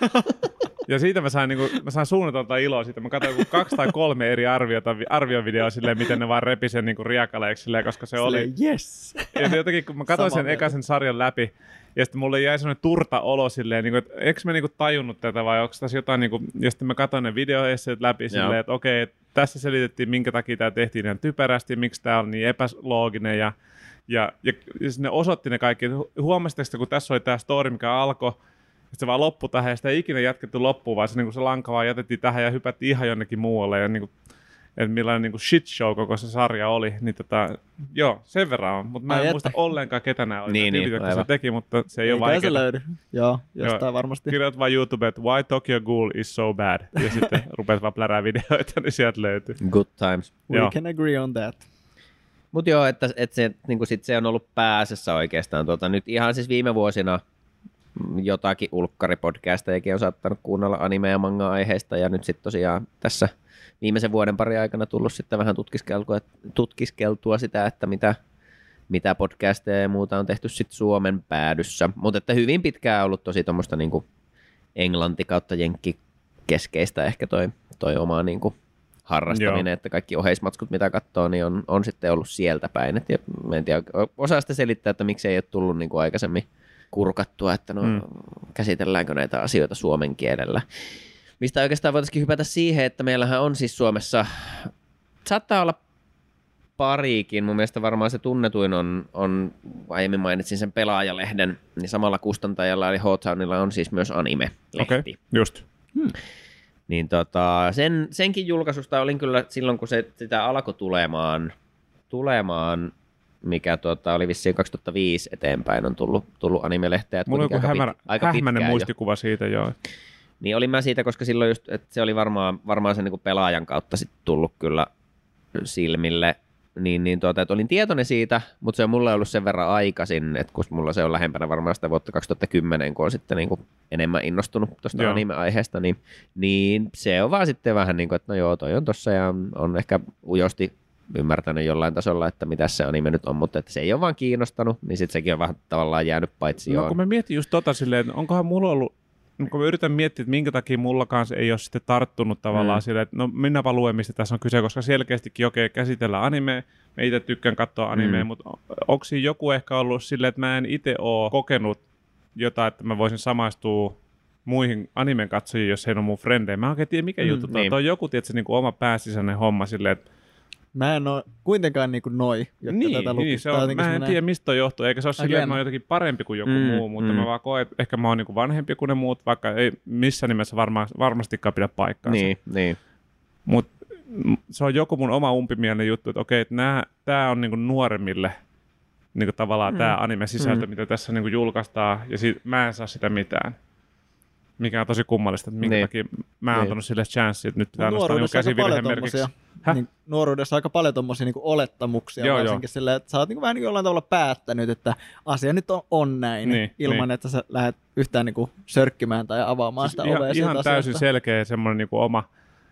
Ja siitä mä sain suunnitelta iloa siitä. Mä katsoin 2 tai 3 eri arviovideoa silleen, miten ne vaan repi sen niinku riakaleeksi silleen, koska se oli... Yes! Ja jotenkin, kun mä katsoin sen ekaisen sarjan läpi, ja sitten mulle jäi sellainen turta olo silleen, niinku, että eikö me niinku tajunnut tätä, vai onko tässä jotain, niinku, ja sitten mä katsoin ne videoesseet läpi silleen, että okei, tässä selitettiin, minkä takia tämä tehtiin ihan typerästi, miksi tämä on niin epälooginen, ja ne osoitti ne kaikki. Huomasitteko, kun tässä oli tämä story, mikä alkoi, että se vaan loppui tähän, ja sitä ei ikinä jatkettu loppuun, vaan se lanka vaan jätettiin tähän ja hypättiin ihan jonnekin muualle, ja että millainen shit show koko se sarja oli, niin joo, sen verran on, mutta mä en muista ollenkaan, ketä nämä oli, jotka se teki, mutta se ei ole vaikeaa. Se löydy, joo, jostain varmasti. Kirjoit vaan YouTube, että why Tokyo Ghoul is so bad, ja sitten rupeat vaan plärää videoita, niin sieltä löytyy. Good times. We can agree on that. Mutta joo, että se, niin sit se on ollut pääasiassa oikeastaan. Nyt ihan siis viime vuosina jotakin ulkkaripodcastejakin on saattanut kuunnella anime- ja manga-aiheista, ja nyt sitten tosiaan tässä viimeisen vuoden pari aikana tullut sitten vähän tutkiskeltua sitä, että mitä podcasteja ja muuta on tehty sitten Suomen päädyssä. Mutta että hyvin pitkään ollut tosi tuommoista niinku englanti kautta jenkki keskeistä ehkä toi oma niinku harrastaminen, että kaikki oheismatskut, mitä katsoo, niin on sitten ollut sieltä päin. Et mä en tiedä, osaa sitä selittää, että miksi ei ole tullut niin kuin aikaisemmin kurkattua, että käsitelläänkö näitä asioita suomen kielellä. Mistä oikeastaan voitaisiin hypätä siihen, että meillähän on siis Suomessa, saattaa olla parikin. Mun mielestä varmaan se tunnetuin on aiemmin mainitsin sen Pelaajalehden, niin samalla kustantajalla eli H-Townilla on siis myös anime-lehti. Okei, just. Niin senkin julkaisusta olin kyllä silloin, kun sitä alkoi tulemaan, mikä oli vissiin 2005 eteenpäin on tullut anime-lehteä. Mulla on joku hähmäinen muistikuva siitä, joo. Niin olin mä siitä, koska silloin just, että se oli varmaan sen niin kuin pelaajan kautta sitten tullut kyllä silmille, että olin tietoinen siitä, mutta se on mulle ollut sen verran aikaisin, että kun mulla se on lähempänä varmaan sitä vuotta 2010, kun on sitten niin kuin enemmän innostunut tuosta anime-aiheesta, niin se on vaan sitten vähän niin kuin, että no joo, toi on tossa ja on ehkä ujosti ymmärtänyt jollain tasolla, että mitä se anime nyt on, mutta että se ei ole vaan kiinnostanut, niin sitten sekin on vähän tavallaan jäänyt paitsi. No kun mä mietin just silleen, että onkohan mulla ollut, kun mä yritän miettiä, että minkä takia mullakaan se ei ole sitten tarttunut tavallaan silleen, että no minäpä luen, mistä tässä on kyse, koska selkeästikin käsitellään animea, mä itse tykkään katsoa animea, mutta onko siinä joku ehkä ollut silleen, että mä en itse ole kokenut jotain, että mä voisin samaistua muihin animen katsojiin, jos he on mun frendejä. Mä en oikein tiedä, mikä juttu niin. Toi on joku, tietysti, niin kuin oma pääsisäinen homma silleen, että mä en ole kuitenkaan niin kuin noi, jotka tätä niin, se on, mä en tiedä, mistä toi johtuu, eikä se ole silleen, että mä oon jotenkin parempi kuin joku muu, mutta mä vaan koen, että ehkä mä oon niin kuin vanhempi kuin ne muut, vaikka ei missään nimessä varmastikaan pidä paikkaansa. Niin. Mutta se on joku mun oma umpimielinen juttu, että okei, että tää on niin kuin nuoremmille niin kuin tavallaan tää anime-sisältö, mitä tässä niin kuin julkaistaan, ja mä en saa sitä mitään. Mikä on tosi kummallista, että minkä takia mä oon antanut sille chanssia, että nyt pitää nostaa niin käsivirhemerkiksi. Niin, nuoruudessa aika paljon tommosia niin olettamuksia, varsinkin silleen, että sä oot niin vähän niin jollain tavalla päättänyt, että asia nyt on näin, ilman että sä lähdet yhtään niin sörkkimään tai avaamaan sitä ovea. Ihan täysin selkeä semmoinen niin oma,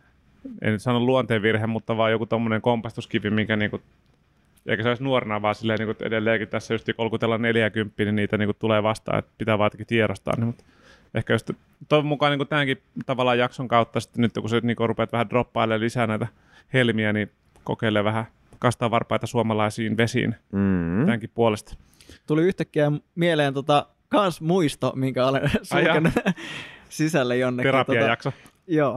en nyt sano luonteenvirhe, mutta vaan joku tommoinen kompastuskivi, minkä niin kuin, eikä se olisi nuorena, vaan silleen, niin kuin edelleenkin tässä just kolkutellaan 40, niin niitä niin kuin tulee vastaan, että pitää vaan jotenkin tiedostaa. Niin, mutta ehkä just toivon mukaan niin tämänkin tavallaan jakson kautta, sitten nyt kun sä niin rupeat vähän droppailemaan lisää näitä helmiä, niin kokeile vähän kastaa varpaita suomalaisiin vesiin tämänkin puolesta. Tuli yhtäkkiä mieleen kans muisto, minkä olen sulkenut sisälle jonnekin. Terapiajakso. Joo.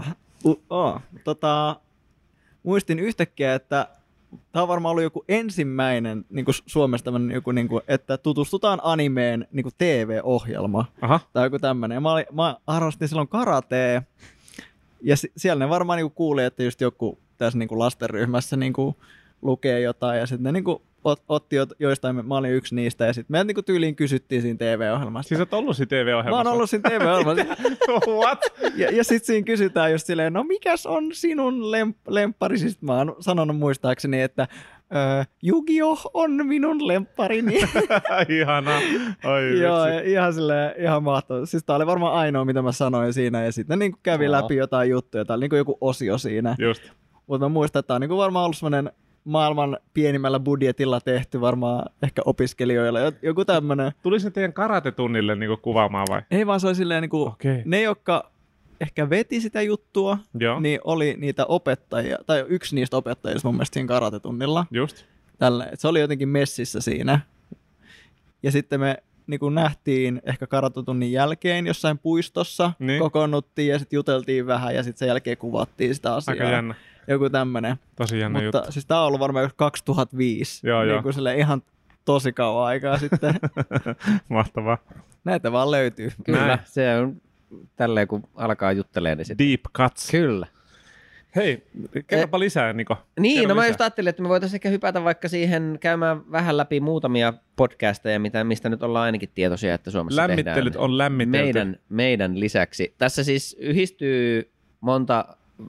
Muistin yhtäkkiä, että tämä on varmaan ollut joku ensimmäinen niin kuin Suomessa tämmöinen, joku, niin kuin, että tutustutaan animeen niin kuin TV-ohjelma. Aha. Tai joku tämmöinen. Mä harrastin silloin karatea, ja siellä ne varmaan niin kuin kuuli, että just joku tässä niin kuin lastenryhmässä niin kuin lukee jotain, ja sitten ne niin kuin otti joistain, mä olin yksi niistä, ja sitten meidät niin kuin tyyliin kysyttiin siinä TV-ohjelmassa. Siis oot ollut siinä TV-ohjelmassa? Mä oon ollut siinä TV-ohjelmassa. What? Ja sitten siinä kysytään just silleen, no mikäs on sinun lemppari? Siis mä oon sanonut muistaakseni, että Yu-Gi-Oh! On minun lempparini. Ihanaa. Oi, joo, ihan mahtavaa. Siis tää oli varmaan ainoa, mitä mä sanoin siinä, ja sitten ne niin kävi läpi jotain juttuja, tää oli niin joku osio siinä. Just. Mutta mä muistan, että tää on niin varmaan ollut semmoinen maailman pienimmällä budjetilla tehty varmaan ehkä opiskelijoilla, joku tämmönen. Tuli se teidän karatetunnille niinku kuvaamaan vai? Ei vaan se oli silleen niinku, ne jotka ehkä veti sitä juttua, niin oli niitä opettajia, tai yksi niistä opettajista mun mielestä siinä karatetunnilla. Just. Tällä, se oli jotenkin messissä siinä. Ja sitten me niinku nähtiin ehkä karatetunnin jälkeen jossain puistossa, kokoonnuttiin ja sitten juteltiin vähän ja sitten sen jälkeen kuvattiin sitä asiaa. Aika jännä. Joku tämmönen. Tosi jännä juttu. Mutta siis tää on ollut varmaan 2005. Joo. Niin kuin ihan tosi kauan aikaa sitten. Mahtavaa. Näitä vaan löytyy. Kyllä, se on tälleen kun alkaa juttelemaan. Niin Deep cuts. Kyllä. Hei, kerropa lisää, Niko. Niin, no mä just ajattelin, että me voitaisiin ehkä hypätä vaikka siihen käymään vähän läpi muutamia podcasteja, mistä nyt ollaan ainakin tietoisia, että Suomessa lämmittelyt tehdään. On lämmitelty. Meidän lisäksi. Tässä siis yhdistyy monta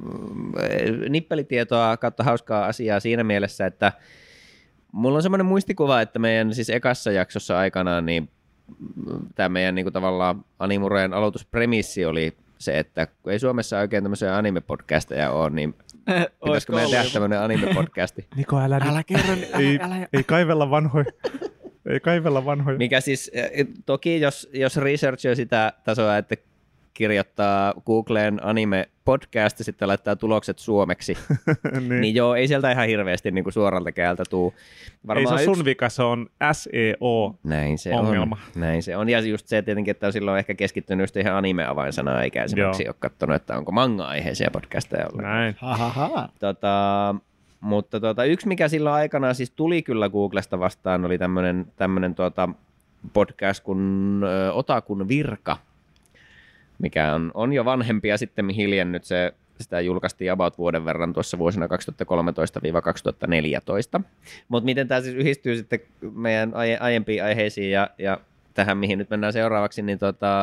nippelitietoa kautta hauskaa asiaa siinä mielessä, että mulla on semmoinen muistikuva, että meidän siis ekassa jaksossa aikanaan, niin tämä meidän niin kuin tavallaan Animureen aloituspremissi oli se, että kun ei Suomessa oikein tämmöisiä anime-podcasteja ole, niin pitäisikö meidän tehdä tämmöinen anime-podcasti? Niko, älä kerro, ei kaivella vanhoja. Ei kaivella vanhoja. Mikä siis, toki jos researchoi sitä tasoa, että kirjoittaa Googleen anime-podcast ja sitten laittaa tulokset suomeksi, niin joo, ei sieltä ihan hirveästi niin kuin suoralta käältä tuu. Varmaan ei se on sun vika, se on SEO-ongelma. Näin se on. Ja just se tietenkin, että on silloin ehkä keskittynyt just ihan anime-avainsanaa, eikä esimerkiksi ole katsonut, että onko manga-aiheisia podcasteja ollenkaan. Näin. Mutta yksi, mikä silloin aikanaan siis tuli kyllä Googlesta vastaan, oli tämmöinen podcast kuin Otakun virka, mikä on jo vanhempi ja sitten hiljennyt. Sitä julkaistiin about vuoden verran tuossa vuosina 2013-2014. Mutta miten tämä siis yhdistyy sitten meidän aiempiin aiheisiin ja tähän, mihin nyt mennään seuraavaksi, niin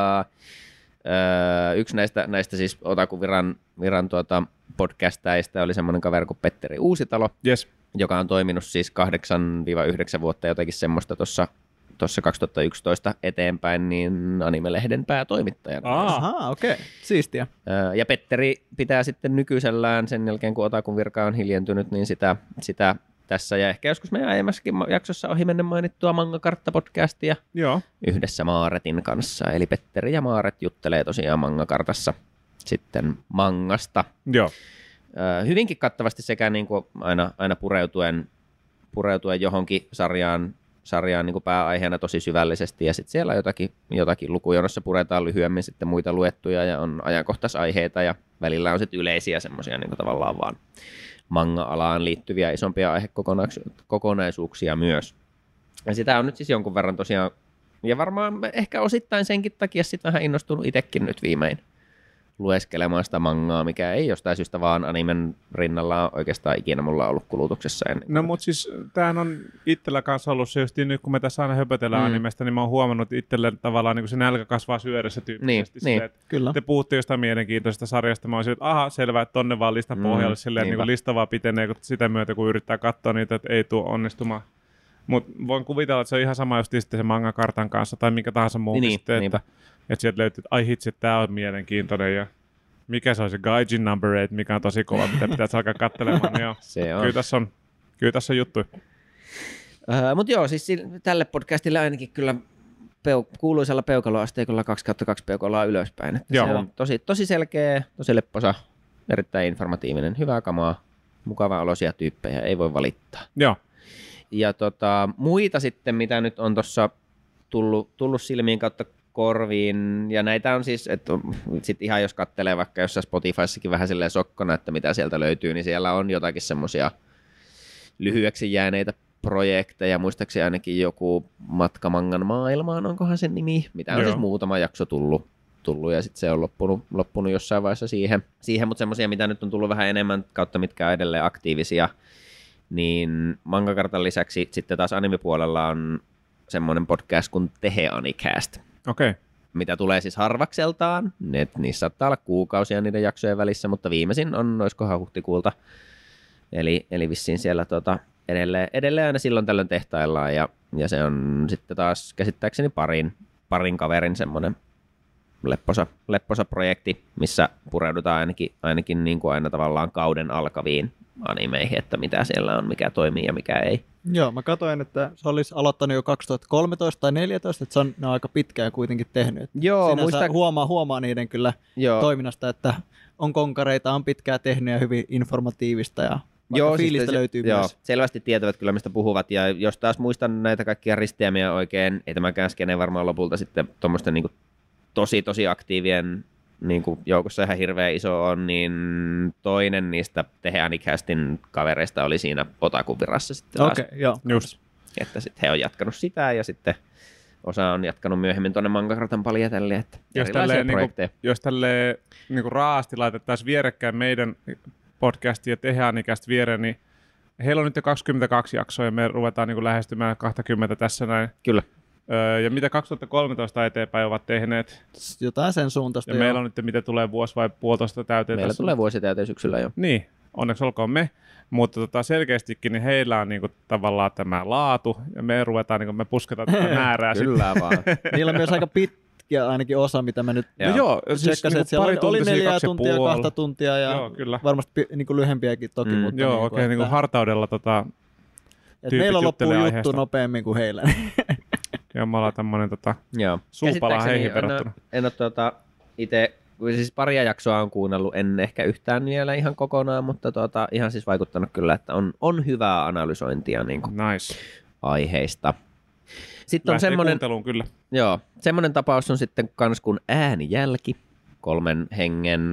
yksi näistä siis Otakun viran podcastajista oli semmoinen kaveri kuin Petteri Uusitalo, yes, joka on toiminut siis 8-9 vuotta jotenkin semmoista tuossa 2011 eteenpäin niin Anime-lehden päätoimittajana. Ahaa, okei. Siistiä. Ja Petteri pitää sitten nykyisellään sen jälkeen, kun Otakun virka on hiljentynyt, niin sitä tässä ja ehkä joskus meidän aiemmassakin jaksossa ohimennen mainittua Manga-kartta-podcastia yhdessä Maaretin kanssa. Eli Petteri ja Maaret juttelee tosiaan Manga-kartassa sitten mangasta. Joo. Hyvinkin kattavasti sekä niin kuin aina pureutuen johonkin sarjaan niin kuin pääaiheena tosi syvällisesti, ja sitten siellä on jotakin lukujonossa puretaan lyhyemmin sitten muita luettuja, ja on ajankohtaisaiheita, ja välillä on sitten yleisiä semmoisia niin kuin tavallaan vaan manga-alaan liittyviä isompia aihekokonaisuuksia myös. Ja sitä on nyt siis jonkun verran tosiaan, ja varmaan ehkä osittain senkin takia sitten vähän innostunut itsekin nyt viimein lueskelemaan sitä mangaa, mikä ei jostain syystä vaan animen rinnalla oikeastaan ikinä mulla ollut kulutuksessa ennen. No mutta siis tämähän on itsellä kanssa ollut se just nyt, kun me tässä aina höpötellään animesta, niin mä oon huomannut itselle tavallaan niin kuin se nälkä kasvaa syödessä tyyppisesti. Niin, kyllä. Te puhutte jostain mielenkiintoisesta sarjasta, mä oon silleen, että aha, selvä, että tonne vaan listan pohjalle silleen, niin kuin lista vaan pitenee, kun sitä myötä kun yrittää katsoa niitä, että ei tule onnistumaan. Mutta voin kuvitella, että se on ihan sama just sitten se manga-kartan kanssa tai minkä tahansa muun sitten, että sieltä löytyy, että ai hitsi, tämä on mielenkiintoinen ja mikä se on se Gaijin number 8, mikä on tosi kova, mitä pitäisi alkaa katselemaan. Niin se on. Kyllä tässä on juttuja. Mutta joo, siis tälle podcastille ainakin kyllä kuuluisella peukaloasteikolla 2/2 peukaloa ylöspäin. Että se on tosi selkeä, tosi lepposa, erittäin informatiivinen, hyvää kamaa, mukava olosia tyyppejä, ei voi valittaa. Joo. Ja muita sitten, mitä nyt on tuossa tullut silmiin kautta korviin, ja näitä on siis, että sit ihan jos kattelee vaikka jossain Spotifyssakin vähän silleen sokkona, että mitä sieltä löytyy, niin siellä on jotakin semmoisia lyhyeksi jääneitä projekteja, muistaakseni ainakin joku Matkamangan maailmaan, onkohan sen nimi, mitä on siis muutama jakso tullut ja sitten se on loppunut jossain vaiheessa siihen, mutta semmoisia, mitä nyt on tullut vähän enemmän kautta, mitkä on edelleen aktiivisia, niin Manga-kartan lisäksi sitten taas anime-puolella on semmoinen podcast kuin Tehe Anicast. Okei. Mitä tulee siis harvakseltaan, niissä saattaa olla kuukausia niiden jaksojen välissä, mutta viimeisin on olisikohan huhtikuulta, eli vissiin siellä edelleen aina silloin tällöin tehtaillaan, ja se on sitten taas käsittääkseni parin kaverin semmoinen lepposa projekti, missä pureudutaan ainakin niin kuin aina tavallaan kauden alkaviin animeihin, että mitä siellä on, mikä toimii ja mikä ei. Joo, mä katsoin, että se olisi aloittanut jo 2013 tai 2014, että ne on aika pitkään kuitenkin tehnyt. Joo, huomaa niiden kyllä toiminnasta, että on konkareita, on pitkään tehnyt ja hyvin informatiivista ja fiilistä siis löytyy myös. Selvästi tietävät kyllä, mistä puhuvat, ja jos taas muistan näitä kaikkia risteämiä oikein, ei tämäkään skene varmaan lopulta sitten tuommoisten niin tosi aktiivien niin kuin joukossa ihan hirveän iso on, niin toinen niistä Tehe Anicastin kavereista oli siinä Otakun virassa sitten taas. Okei, joo. Just. Että sitten he on jatkanut sitä ja sitten osa on jatkanut myöhemmin tuonne Manga-kartan paljatelle, että erilaisia projekteja. Jos tälleen niin raasti laitettaisiin vierekkäin meidän podcastia ja Tehe Anicast viereen, niin heillä on nyt jo 22 jaksoa ja me ruvetaan niin lähestymään 20 tässä näin. Kyllä. Ja mitä 2013 eteenpäin ovat tehneet? Jotain sen suuntaista. Ja meillä on nyt, mitä tulee vuosi vai puolitoista täyteen. Meillä tulee vuosi täyteen syksyllä jo. Niin, onneksi olkoon me. Mutta selkeästikin niin heillä on niinku tavallaan tämä laatu, ja me ruvetaan, niinku, me pusketaan tätä määrää. Kyllä vaan. Niillä on myös aika pitkä ainakin osa, mitä me nyt siis niinku pari oli 4 2,5 tuntia, 2 tuntia ja varmasti niinku lyhempiäkin toki. Mutta joo, niinku, oikein niinku hartaudella meillä loppuu juttu nopeammin kuin heillä. Joo, me ollaan tämmöinen suupala heihin verrattuna. En ole itse, siis paria jaksoa on kuunnellut, en ehkä yhtään vielä ihan kokonaan, mutta ihan siis vaikuttanut kyllä, että on hyvää analysointia niin kuin aiheista. Sitten on semmoinen, kyllä. Joo, semmoinen tapaus on sitten kans kuin Äänijälki, 3 hengen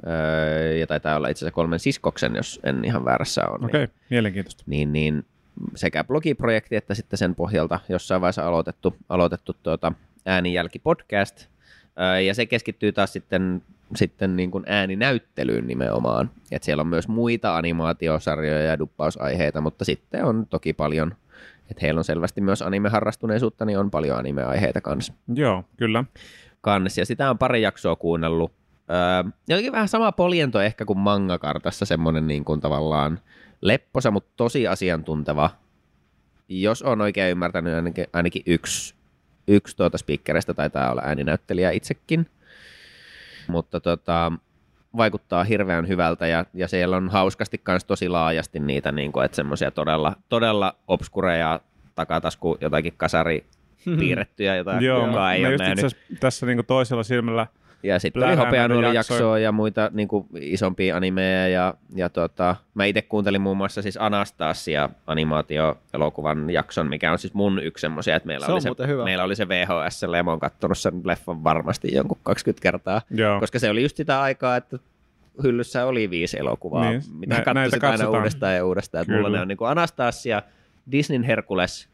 ja taitaa olla itse asiassa 3 siskoksen, jos en ihan väärässä ole. Okei, mielenkiintoista. Niin sekä blogiprojekti että sitten sen pohjalta jossain vaiheessa aloitettu äänijälki-podcast, ja se keskittyy taas sitten niin kuin ääninäyttelyyn nimenomaan. Et siellä on myös muita animaatiosarjoja ja duppausaiheita, mutta sitten on toki paljon, että heillä on selvästi myös anime-harrastuneisuutta, niin on paljon anime-aiheita kanssa. Joo, kyllä. Ja sitä on pari jaksoa kuunnellut. Jotenkin vähän sama poljento ehkä kuin Manga-kartassa, semmoinen niin kuin tavallaan lepposa, mutta tosi asiantunteva. Jos on oikein ymmärtänyt, ainakin yksi speakerista taitaa olla ääninäyttelijä itsekin. Mutta vaikuttaa hirveän hyvältä ja siellä on hauskasti myös tosi laajasti niitä, niin kuin, että semmoisia todella obskureja takatasku jotakin kasari piirrettyjä, jota kukaan ei ole nähnyt. Tässä niin kuin toisella silmällä. Ja sitten oli Hopeanuoli-jaksoa ja muita niin kuin isompia animeja. Ja mä itse kuuntelin muun muassa siis Anastasia animaatio-elokuvan jakson, mikä on siis mun yksi semmoisia, että meillä oli se VHS, ja mä oon kattonut sen leffan varmasti jonkun 20 kertaa. Joo. Koska se oli just sitä aikaa, että hyllyssä oli 5 elokuvaa, niin, mitä katsoisit aina uudestaan ja uudestaan. Että mulla ne on niin kuin Anastasia, Disneyn Herkules,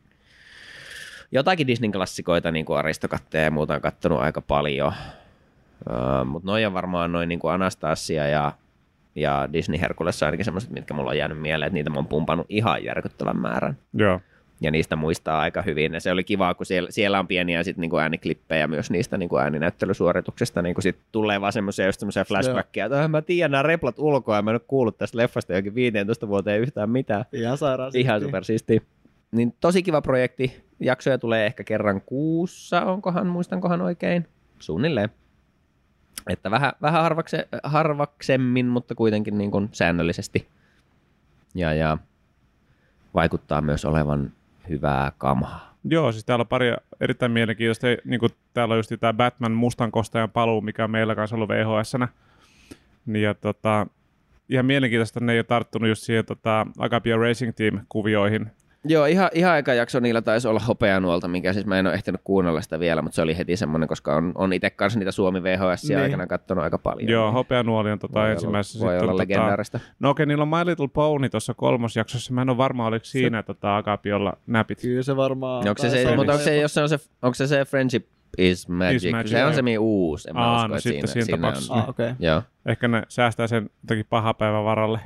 jotakin Disney-klassikoita, niin kuin Aristokatteja ja muuta on kattonut aika paljon. Mutta noin on varmaan noin niin kuin Anastasia ja Disney Herkules ainakin semmoiset, mitkä mulla on jäänyt mieleen, että niitä mä oon pumpannut ihan järkyttävän määrän. Joo. Ja niistä muistaa aika hyvin. Ja se oli kiva, kun siellä on pieniä sit niinku ääniklippejä myös niistä niinku ääninäyttelysuorituksesta. Niinku sit tulee vaan semmoisia flashbackia, että mä tiedän nämä replat ulkoa ja mä en ole kuullut tästä leffasta johonkin 15 vuoteen yhtään mitään. Ihan sairaan ihan supersiistiä. Niin tosi kiva projekti. Jaksoja tulee ehkä kerran kuussa, muistankohan oikein? Suunnilleen. Että vähän harvaksemmin, mutta kuitenkin niin kuin säännöllisesti. Ja vaikuttaa myös olevan hyvää kamaa. Joo, siis täällä on pari erittäin mielenkiintoista. Niin kuin täällä on just tämä Batman Mustan kostajan paluu, mikä on meillä kanssa ollut VHS-nä. Ja ihan mielenkiintoista, että ne ei ole tarttunut just siihen Agapia Racing Team-kuvioihin. Joo, ihan eka jakso niillä taisi olla Hopeanuolta, mikä siis mä en ole ehtinyt kuunnella sitä vielä, mutta se oli heti semmoinen, koska on itse kanssa niitä Suomi VHS aikana katsonut aika paljon. Joo, niin Hopeanuoli on ensimmäisessä. Voi olla legendaarista. No okei, niillä on My Little Pony tuossa 3. jaksossa. Mä en ole varma, oliko siinä Agapiolla näpit. Kyllä se varmaan. Onko se Friendship is Magic? Se on semmoinen uusi. En mä usko, että siinä tapauksessa. on. Okay. Ehkä ne säästää sen jotenkin paha päivän varalle.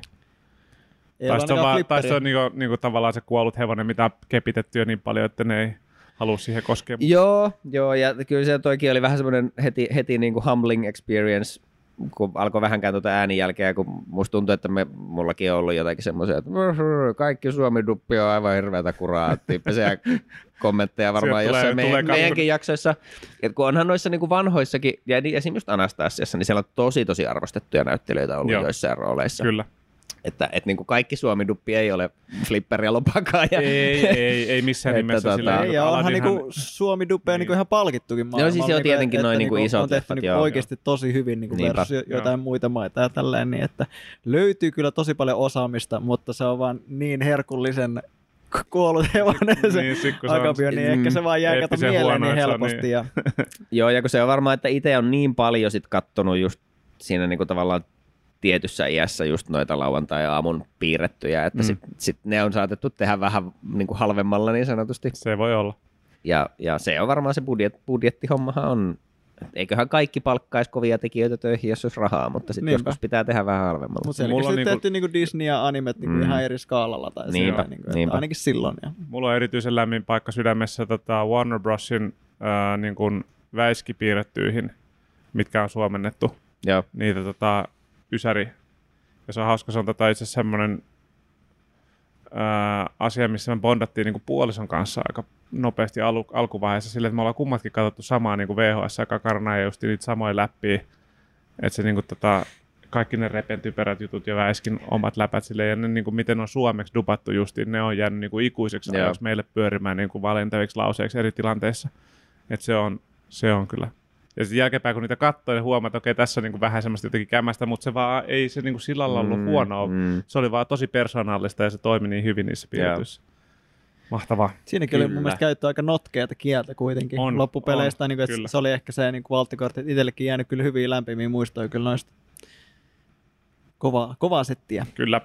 Tai se on niinku tavallaan se kuollut hevonen, mitä on kepitetty jo niin paljon, että ne ei halua siihen koskea. Joo, ja kyllä se toikin oli vähän semmoinen heti niinku humbling experience, kun alkoi vähänkään ääninjälkeä, kun musta tuntui, että mullakin on ollut jotakin semmoisia, että kaikki Suomi-duppi on aivan hirveätä kuraa, tyyppisiä kommentteja varmaan jossain meidänkin jaksoissa. Et kun onhan noissa niinku vanhoissakin, ja esimerkiksi just Anastasiassa, niin siellä on tosi arvostettuja näyttelijöitä ollut joissain rooleissa. Kyllä. Että niin kuin kaikki Suomi-duppi ei ole Flipper ja Lopakaa. Ei missään nimessä. Ja onhan niinku Suomi-duppeja niinku ihan palkittukin maailmalla. Joo, siis on tietenkin noin niinku isot on tehty niinku oikeasti tosi hyvin niinku versus jotain muita maita ja tälleen. Niin, että löytyy kyllä tosi paljon osaamista, mutta se on vaan niin herkullisen kuollut hevonen se Agapio, niin ehkä se vaan jää kato mieleen niin helposti. Joo, ja kun se on varmaan, että itse on niin paljon sit kattonut just siinä niinku tavallaan tietyssä iässä just noita lauantai-aamun piirrettyjä, että sit ne on saatettu tehdä vähän niin kuin halvemmalla niin sanotusti. Se voi olla. Ja se on varmaan se budjettihommahan on, eiköhän kaikki palkkaisi kovia tekijöitä töihin, jos olisi rahaa, mutta sitten joskus pitää tehdä vähän halvemmalla. Mutta selkeästi tehty niinku Disney ja animet niinku ihan eri skaalalla. Tai niinpä. Ainakin silloin. Ja. Mulla on erityisen lämmin paikka sydämessä Warner Brosin niin kuin väiskipiirrettyihin, mitkä on suomennettu. Joo. Niitä Ysäri. Ja se on hauska, se on itse asiassa semmoinen asia, missä me bondattiin niinku puolison kanssa aika nopeasti alkuvaiheessa silleen, että me ollaan kummatkin katsottu samaa niinku VHS ja Kakarana ja just niitä samoja läppiä. Että se niinku kaikki ne repentyperät jutut ja väiskin omat läpät silleen, ja ne niinku, miten on suomeksi dupattu justiin, ne on jäänyt niinku ikuiseksi ajaksi meille pyörimään niinku valentaviksi lauseiksi eri tilanteissa. Että se on kyllä. Ja sitten jälkeenpäin, kun niitä katsoo ja huomaa, että okei, tässä on niin vähän semmoista jotenkin kämästä, mutta se vaan ei se niin sillä lailla ollut huonoa. Se oli vaan tosi persoonallista ja se toimi niin hyvin niissä piirretyissä. Mahtavaa. Siinäkin oli mun mielestä käytetty aika notkeata kieltä kuitenkin loppupeleistä. Niin että se oli ehkä se niin valttikortti, että itsellekin jäänyt kyllä hyviä lämpimiä muistoja kyllä noista. kovaa settiä. Kyllä.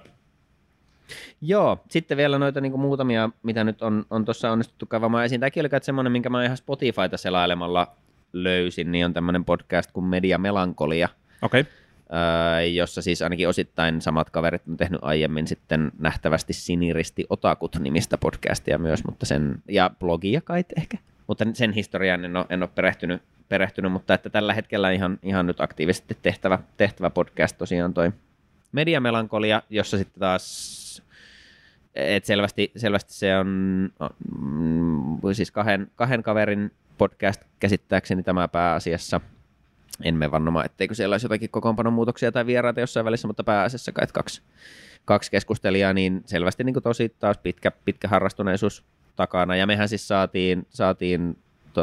Joo, sitten vielä noita niin kuin muutamia, mitä nyt on tuossa onnistuttu kaivamaan esiin. Tämäkin oli semmoinen, minkä mä ihan Spotifyta selailemalla löysin, niin on tämmöinen podcast kuin Media Melankolia. Okei. Jossa siis ainakin osittain samat kaverit on tehnyt aiemmin sitten nähtävästi Siniristi Otakut nimistä podcastia myös, mutta ja blogia kai ehkä. Mutta sen historiaan en ole perehtynyt, mutta että tällä hetkellä ihan nyt aktiivisesti tehtävä podcast tosiaan toi Media Melankolia, jossa sitten taas et selvästi se on siis kahden kaverin podcast käsittääkseni tämä pääasiassa. En mene vannomaan, etteikö siellä olisi jotakin kokoonpanon muutoksia tai vieraita jossain välissä, mutta pääasiassa kai kaksi keskustelijaa, niin selvästi niin kuin tosi taas pitkä harrastuneisuus takana. Ja mehän siis saatiin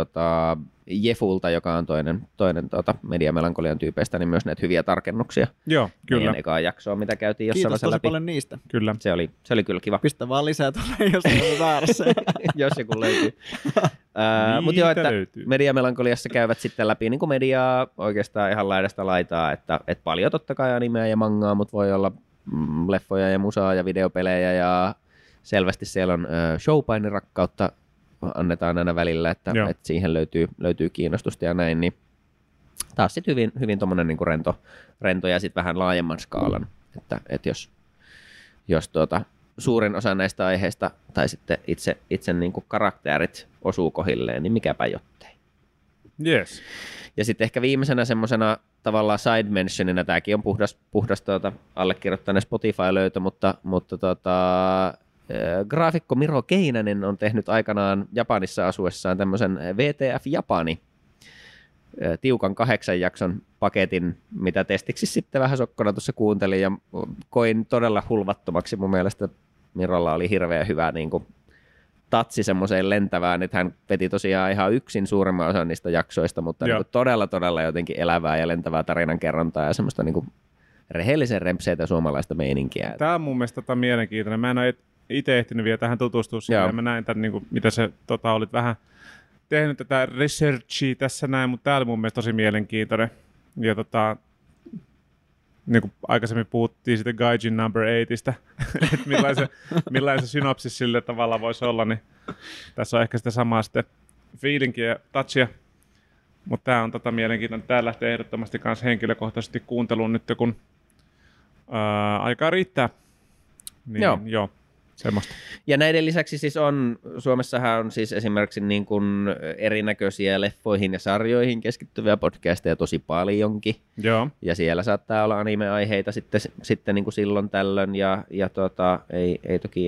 Jefulta, joka on toinen Media Melankolian tyypeistä, niin myös näitä hyviä tarkennuksia. Joo, kyllä. Meidän ekaa jaksoa, mitä käytiin jossain Kiitos tosi läpi. paljon niistä. Kyllä. Se oli kyllä kiva. Pistä vaan lisää tuonne, jos on väärässä. Jos joku löytyy. Mutta joo, että Media Melankoliassa käyvät sitten läpi niin kuin mediaa oikeastaan ihan laidasta laitaa, että paljon totta kai animea ja mangaa, mutta voi olla leffoja ja musaa ja videopelejä ja selvästi siellä on showpainirakkautta annetaan aina välillä, että siihen löytyy kiinnostusta ja näin, niin taas sitten hyvin tommonen niinku rento ja sitten vähän laajemman skaalan, että jos suurin osa näistä aiheista tai sitten itse niinku karakterit osuu kohilleen, niin mikäpä jottei. Yes. Ja sitten ehkä viimeisenä semmosena tavallaan side mentionina, tämäkin on puhdas allekirjoittaneen Spotify-löytö, mutta graafikko Miro Keinänen on tehnyt aikanaan Japanissa asuessaan tämmöisen VTF Japani tiukan 8 jakson paketin, mitä testiksi sitten vähän sokkona tuossa kuuntelin ja koin todella hulvattomaksi. Mun mielestä Mirolla oli hirveän hyvä niin kuin tatsi semmoiseen lentävään, että hän veti tosiaan ihan yksin suurimman osan niistä jaksoista, mutta niin kuin todella jotenkin elävää ja lentävää tarinankerrontaa ja semmoista niin kuin rehellisen rempseitä suomalaista meininkiä. Tämä on mun mielestä mielenkiintoinen. Mä en ole itse ehtinyt vielä tähän tutustua siihen, ja mä näin tämän, niin kuin, mitä se olit vähän tehnyt tätä researchia tässä näin, mutta tämä oli mun mielestä tosi mielenkiintoinen. Ja niin kuin aikaisemmin puhuttiin siitä Gaijin number 8, että millainen se synopsis sille tavalla voisi olla, niin tässä on ehkä sitä samaa sitten feelingiä ja touchia. Mutta tämä on mielenkiintoinen. Tämä lähtee ehdottomasti myös henkilökohtaisesti kuunteluun nyt, kun aikaa riittää. Niin, joo. Semmosta. Ja näiden lisäksi siis Suomessahan on siis esimerkiksi niin kuin erinäköisiä leffoihin ja sarjoihin keskittyviä podcasteja tosi paljonkin. Joo. Ja siellä saattaa olla anime-aiheita sitten niin kuin silloin tällöin ja ei toki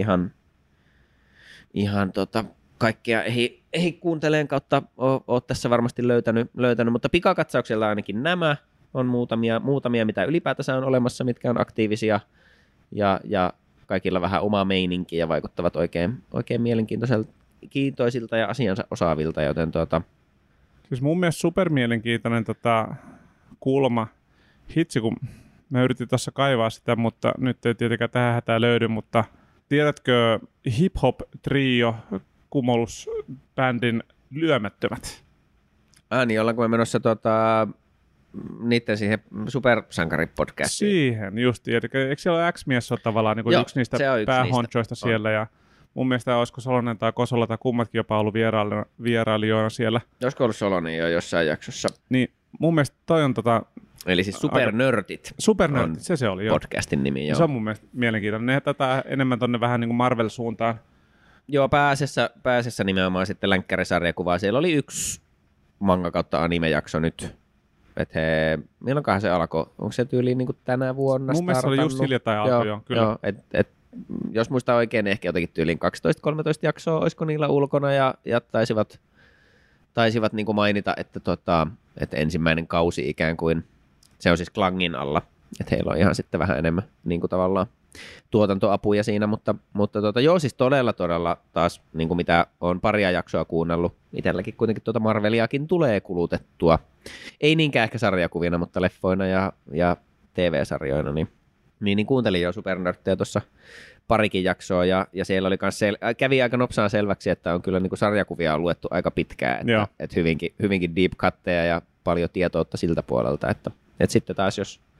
ihan kaikkea ei kuunteleen kautta ole tässä varmasti löytänyt, mutta pikakatsauksella ainakin nämä on muutamia, mitä ylipäätänsä on olemassa, mitkä on aktiivisia ja kaikilla vähän omaa meininkiä ja vaikuttavat oikein mielenkiintoisilta ja asiansa osaavilta, joten Siis mun mielestä supermielenkiintoinen kulma. Hitsi, kun mä yritin tuossa kaivaa sitä, mutta nyt ei tietenkään tähän hätää löydy, mutta tiedätkö hip-hop-trio Cumulus-bändin Lyömättömät? Niin ollaanko me menossa niiden siihen supersankaripodcastiin? Siihen just. Eikö siellä ole X-mies ole tavallaan niin yksi niistä päähonchoista siellä? Ja mun mielestä olisiko Solonen tai Kosola tai kummatkin jopa ollut vierailijoina siellä. Olisiko ollut Solonen jo jossain jaksossa? Niin mun mielestä toi on Eli siis Supernörtit. Supernörtit, se oli jo. Podcastin nimi, joo. Se on mun mielestä mielenkiintoinen. Ne tätä enemmän tonne vähän niin kuin Marvel-suuntaan. Joo, pääasiassa nimenomaan sitten länkkärisarjakuvaa. Siellä oli yksi manga kautta anime-jakso nyt. Milloinkohan se alkoi? Onko se tyyliin niin kuin tänä vuonna mun mielestä se oli just hiljattain alkoi, joo. Kyllä. Joo, jos muistaa oikein, niin ehkä jotenkin tyyliin 12-13 jaksoa olisiko niillä ulkona ja taisivat niin kuin mainita, että ensimmäinen kausi ikään kuin, se on siis Klangin alla, että heillä on ihan sitten vähän enemmän niin kuin tavallaan tuotantoapuja siinä, mutta joo, siis todella taas, niin kuin mitä on paria jaksoa kuunnellut, itselläkin kuitenkin Marveliakin tulee kulutettua. Ei niinkään ehkä sarjakuvina, mutta leffoina ja TV-sarjoina, niin kuuntelin jo Supernörttejä tuossa parikin jaksoa, ja siellä oli kävi aika nopsaan selväksi, että on kyllä niin kuin sarjakuvia on luettu aika pitkään, että hyvinkin deep cutteja ja paljon tietoutta siltä puolelta, että sitten taas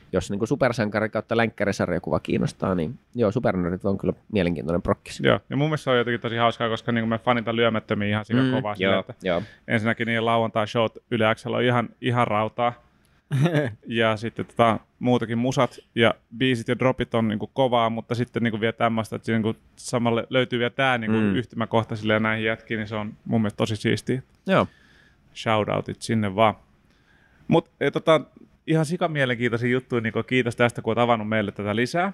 jos niin kuin supersankari kautta länkkärisarjakuva kiinnostaa, niin joo, Supernerdit on kyllä mielenkiintoinen prokkis. Joo, ja mun mielestä se on jotenkin tosi hauskaa, koska niin kuin me fanitan lyömättömiä ihan kovaa sillä, että ensinnäkin niin lauantai-showt Yle X:llä on ihan rautaa. Ja sitten muutakin musat ja biisit ja dropit on niin kuin kovaa, mutta sitten niin kuin vielä tämmöistä, että niin kuin samalle löytyy vielä tämä niin kuin yhtymäkohta silleen näihin jätkiin, niin se on mun mielestä tosi siistiä. Joo. Shoutoutit sinne vaan. Mutta ihan sikamielenkiintoisia juttuja, niin kiitos tästä, kun olet avannut meille tätä lisää.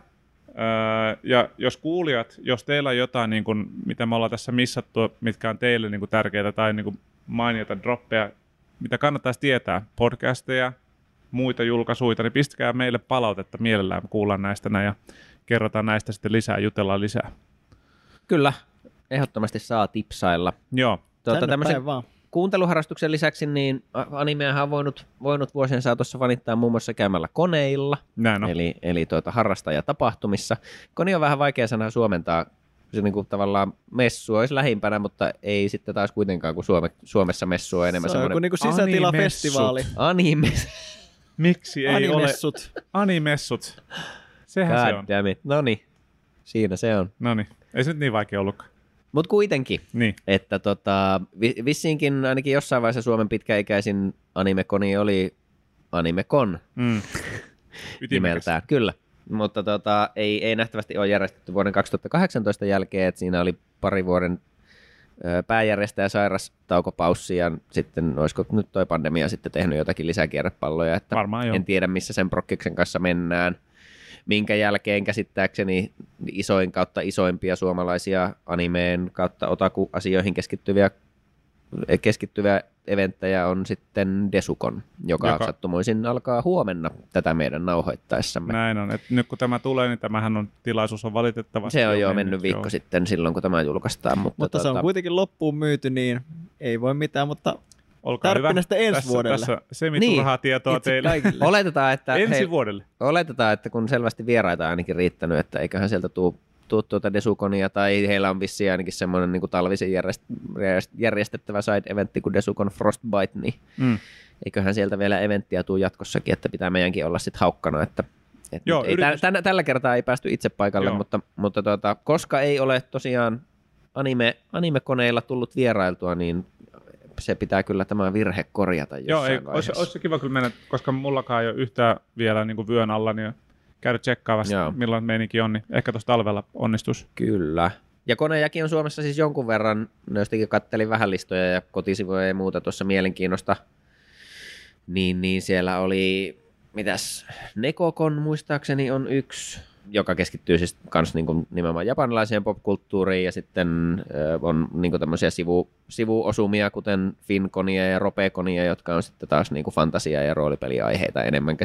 Ja jos kuulijat, jos teillä on jotain, niin kuin, mitä me ollaan tässä missattu, mitkä on teille niin kuin tärkeitä tai niin kuin mainita droppeja, mitä kannattaisi tietää, podcasteja, muita julkaisuja, niin pistäkää meille palautetta mielellään, me kuullaan näistä ja kerrotaan näistä sitten lisää, jutellaan lisää. Kyllä, ehdottomasti saa tipsailla. Joo. Tämmöisen kuunteluharrastuksen lisäksi niin animeahan on voinut vuosien saatossa fanittaa muun muassa käymällä koneilla, eli harrastajatapahtumissa. Kone on vähän vaikea sana suomentaa, se niin kuin tavallaan messu olisi lähimpänä, mutta ei sitten taas kuitenkaan, kun Suomessa messu on enemmän semmoinen. Se on niin kuin sisätilafestivaali. Miksi ei Animessut. ole animessut? Sehän se on. Noniin, siinä se on. Noniin, ei se nyt niin vaikea ollutkaan. Mutta kuitenkin, että vissiinkin ainakin jossain vaiheessa Suomen pitkäikäisin animekoni oli Animekon nimeltään. Kyllä, mutta ei nähtävästi ole järjestetty vuoden 2018 jälkeen, että siinä oli pari vuoden pääjärjestäjä sairastaukopaussi ja sitten olisiko nyt toi pandemia sitten tehnyt jotakin lisäkierrepalloja, että en tiedä missä sen prokkiksen kanssa mennään. Minkä jälkeen käsittääkseni isoin kautta isoimpia suomalaisia animeen kautta otaku-asioihin keskittyviä eventtejä on sitten Desukon, joka sattumoisin alkaa huomenna tätä meidän nauhoittaessamme. Näin on. Et nyt kun tämä tulee, niin tämähän on tilaisuus on valitettavasti. Se on jo mennyt viikko sitten silloin, kun tämä julkaistaan. Mutta se on kuitenkin loppuun myyty, niin ei voi mitään, mutta tärppinästä ensi vuodelle. Tässä semiturhaa tietoa teille. Oletetaan, että ensi vuodelle. Oletetaan, että kun selvästi vieraita ainakin riittänyt, että eiköhän sieltä tuu tuota Desukonia, tai heillä on vissiin ainakin semmoinen niin kuin talvisin järjestettävä side-eventti kuin Desukon Frostbite, niin eiköhän sieltä vielä eventtiä tuu jatkossakin, että pitää meidänkin olla sitten haukkana, että Joo, tällä kertaa ei päästy itse paikalle, mutta koska ei ole tosiaan animekoneilla tullut vierailtua, niin se pitää kyllä tämä virhe korjata jossain vaiheessa. Olisi se kiva kyllä mennä, koska mullakaan ei ole yhtään vielä niin kuin vyön alla, niin käydä tsekkaavassa, milloin meininki on, niin ehkä tuossa talvella onnistus. Kyllä. Ja konejakin on Suomessa siis jonkun verran, jostakin kattelin vähän listoja ja kotisivuja ja muuta tuossa mielenkiinnosta, niin siellä oli, Nekokon muistaakseni on yksi, joka keskittyy siis kans niin kuin nimenomaan japanilaiseen popkulttuuriin ja sitten on niin kuin tämmöisiä sivuosumia, kuten Finkonia ja Ropekonia, jotka on sitten taas niin kuin fantasia- ja roolipeliaiheita enemmän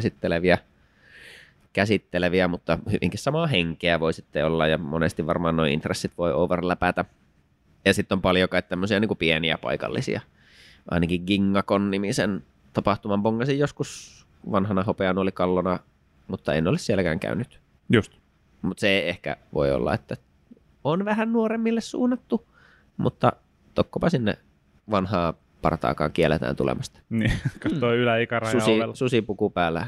käsitteleviä, mutta hyvinkin samaa henkeä voi sitten olla ja monesti varmaan nuo intressit voi overläpätä. Ja sitten on paljon kai tämmöisiä niin kuin pieniä paikallisia. Ainakin Gingakon-nimisen tapahtuman bongasin joskus vanhana hopeanuolikallona, mutta en ole sielläkään käynyt. Just. Mutta se ehkä voi olla, että on vähän nuoremmille suunnattu, mutta tokkopa sinne vanhaa partaakaan kielletään tulemasta. Niin, katsoi yläikäraja ovella. Susipuku päällä.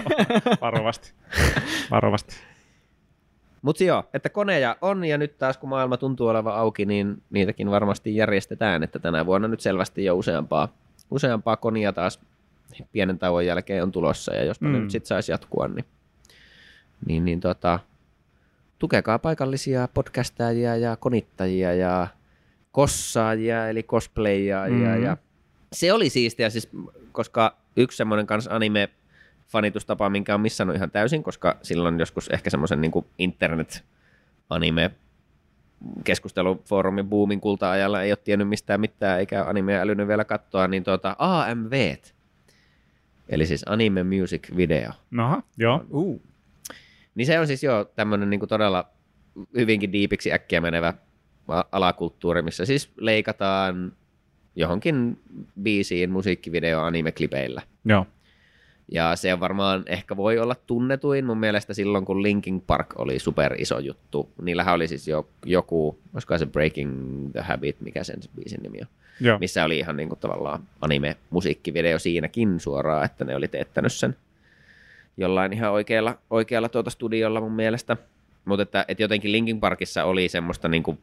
Varovasti. Mutta joo, että koneja on ja nyt taas kun maailma tuntuu olevan auki, niin niitäkin varmasti järjestetään, että tänä vuonna nyt selvästi jo useampaa konia taas pienen tauon jälkeen on tulossa ja jospa ne nyt sitten saisi jatkua, niin tukekaa paikallisia podcastajia ja konittajia ja kossaajia eli cosplayjaajia ja se oli siistiä siis, koska yksi semmoinen kans anime-fanitustapa, minkä on missannut ihan täysin, koska silloin joskus ehkä semmoisen niin kuin internet-anime keskustelufoorumin boomin kulta-ajalla ei ole tiennyt mistään mitään eikä animea älynyt vielä katsoa, niin AMVt, eli siis Anime Music Video. Aha, joo. Niin se on siis jo tämmöinen niin kuin todella hyvinkin diipiksi äkkiä menevä alakulttuuri, missä siis leikataan johonkin biisiin musiikkivideo anime-klipeillä. Joo. Ja se on varmaan ehkä voi olla tunnetuin mun mielestä silloin, kun Linkin Park oli super iso juttu. Niillähän oli siis joku, olisiko se Breaking the Habit, mikä sen biisin nimi on, Joo. missä oli ihan niin kuin tavallaan anime-musiikkivideo siinäkin suoraan, että ne oli teettänyt sen. jollain ihan oikealla studiolla mun mielestä. Mutta että jotenkin Linkin Parkissa oli semmoista niinku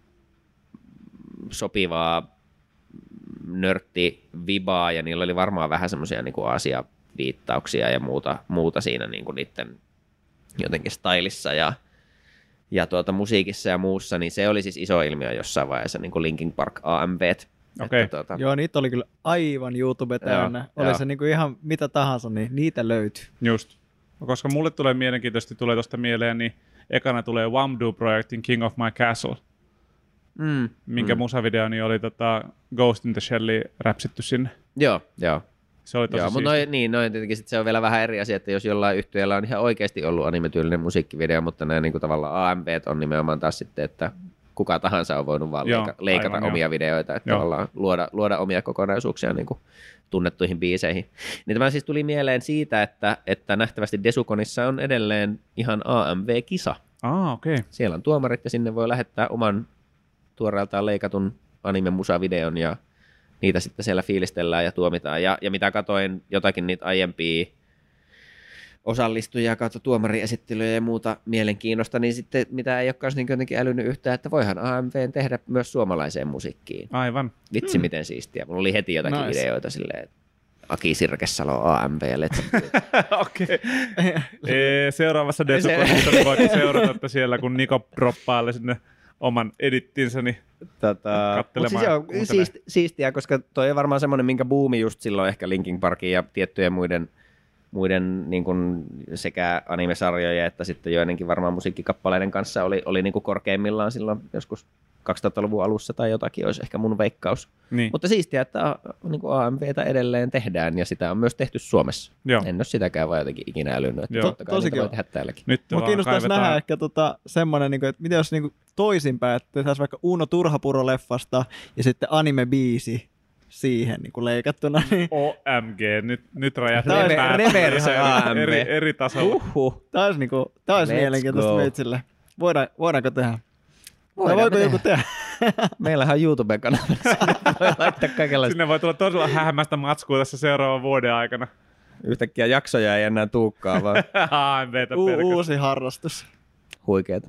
sopivaa nörttivibaa, ja niillä oli varmaan vähän semmoisia niinku Aasia-viittauksia ja muuta siinä niinku niiden jotenkin stylissa ja musiikissa ja muussa, niin se oli siis iso ilmiö jossain vaiheessa, niin kuin Linkin Park AMVt. Okay. Joo, niitä oli kyllä aivan YouTube täynnä. Oli se niin kuin ihan mitä tahansa, niin niitä löytyy. Just. Koska mulle tulee mielenkiintoisesti tuosta mieleen, niin ekana tulee Wamdu-projektin King of My Castle, minkä musavideo niin oli Ghost in the Shell räpsitty sinne. Joo. Se oli tosi siisti. Mutta tietenkin sit se on vielä vähän eri asia, että jos jollain yhtiöllä on ihan oikeasti ollut animetyylinen musiikkivideo, mutta nämä niin tavallaan AMVt on nimenomaan taas sitten, että kuka tahansa on voinut vaan leikata omia videoita, että tavallaan luoda omia kokonaisuuksia niin kuin tunnettuihin biiseihin. Niin tämä siis tuli mieleen siitä, että nähtävästi Desukonissa on edelleen ihan AMV-kisa. Okay. Siellä on tuomarit ja sinne voi lähettää oman tuoreeltaan leikatun anime-musavideon ja niitä sitten siellä fiilistellään ja tuomitaan. Ja mitä katoin jotakin niitä aiempia osallistujia kautta tuomariesittelyjä ja muuta mielenkiinnosta, niin sitten mitä ei olekaan niin jotenkin älynyt yhtään, että voihan AMV tehdä myös suomalaiseen musiikkiin. Aivan. Vitsi, miten siistiä. Mulla oli heti jotakin videoita silleen, että Aki Sirkesalo AMV ja Let's Okei. Seuraavassa Desukonissa voitte seurata siellä, kun Niko droppailee sinne oman edittinsä, niin katselemaan. Siis joo, siistiä, koska toi on varmaan semmoinen, minkä buumi just silloin ehkä Linkin Parkin ja tiettyjen muiden niin kuin sekä animesarjojen että sitten joidenkin varmaan musiikkikappaleiden kanssa oli niin kuin korkeimmillaan silloin joskus 2000-luvun alussa tai jotakin, olisi ehkä mun veikkaus. Niin. Mutta siistiä, että niin kuin AMVtä edelleen tehdään ja sitä on myös tehty Suomessa. Joo. En ole sitäkään vaan jotenkin ikinä älynyt, että totta kai niitä voi tehdä täälläkin. Mua kiinnostaisi nähdä ehkä semmoinen, että miten jos toisinpäin, että tehtäisiin vaikka Uno Turhapuro-leffasta ja sitten anime-biisi siihen niin kuin leikattuna. Niin. OMG, nyt räjähti. Reverse AMV. Eri tasolla. Tämä olisi mielenkiintoista meitsille. Voidaanko tehdä? Voiko joku tehdä? Meillähän on YouTube-kanava. Voi laittaa kaikenlaista. Sinne voi tulla todella hämmästä matskua tässä seuraavan vuoden aikana. Yhtäkkiä jaksoja ei enää tuukkaa, vaan uusi harrastus. Huikeeta.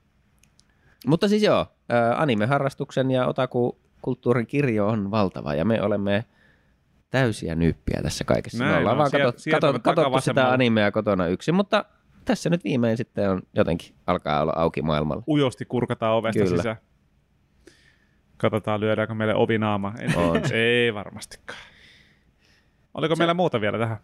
Mutta siis joo, anime-harrastuksen ja otaku-kulttuurin kirjo on valtava ja me olemme täysiä nyyppiä tässä kaikessa. Me ollaan vaan katsottu sitä animea kotona yksin, mutta tässä nyt viimein sitten on jotenkin alkaa olla auki maailmalla. Ujosti kurkataan ovesta sisään. Katsotaan, lyödäänkö meille ovinaama. Ei varmastikaan. Oliko meillä muuta vielä tähän?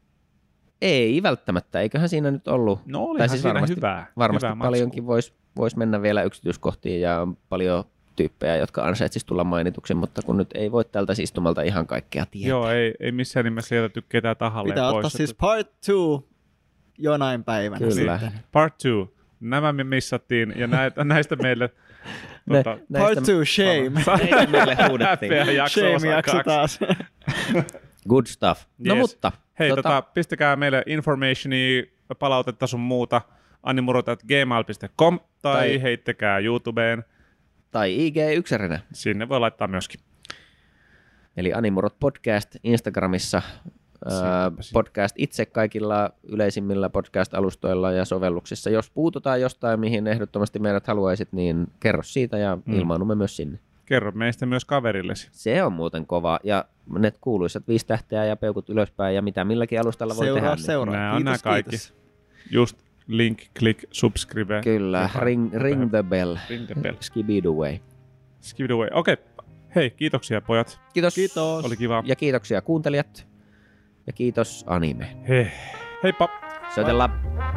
Ei välttämättä, eiköhän siinä nyt ollut. No olihan siis siinä varmasti paljonkin voisi mennä vielä yksityiskohtiin ja on paljon tyyppejä, jotka ansaitsisi tulla mainituksi, mutta kun nyt ei voi tältä istumalta ihan kaikkea tietää. Joo, ei missään nimessä jätetty ketään tahalleen pois. Pitää ottaa siis part 2 jonain päivänä. Kyllä. Sitten. Part 2. Nämä me missattiin ja näistä meille... part 2, shame. Näitä meille huudettiin. Shame-jakso taas. Good stuff. Yes. No mutta. Hei, pistäkää meille informationia, palautetta sun muuta animurot@gmail.com tai heittäkää YouTubeen. Tai IG-yksärinä. Sinne voi laittaa myöskin. Eli Animurot podcast Instagramissa. Podcast itse kaikilla yleisimmillä podcast-alustoilla ja sovelluksissa. Jos puututaan jostain, mihin ehdottomasti meidät haluaisit, niin kerro siitä ja ilmaudumme myös sinne. Kerro meistä myös kaverillesi. Se on muuten kova. Ja ne kuuluisat 5 tähteä ja peukut ylöspäin ja mitä milläkin alustalla voi tehdä. Seuraa. Nämä kaikki. Just link, click, subscribe. Kyllä. Ring the bell. Skibidaway. Skibidaway. Okei. Hei, kiitoksia pojat. Kiitos. Oli kiva. Ja kiitoksia kuuntelijat. Ja kiitos anime. Heippa. Soitellaan.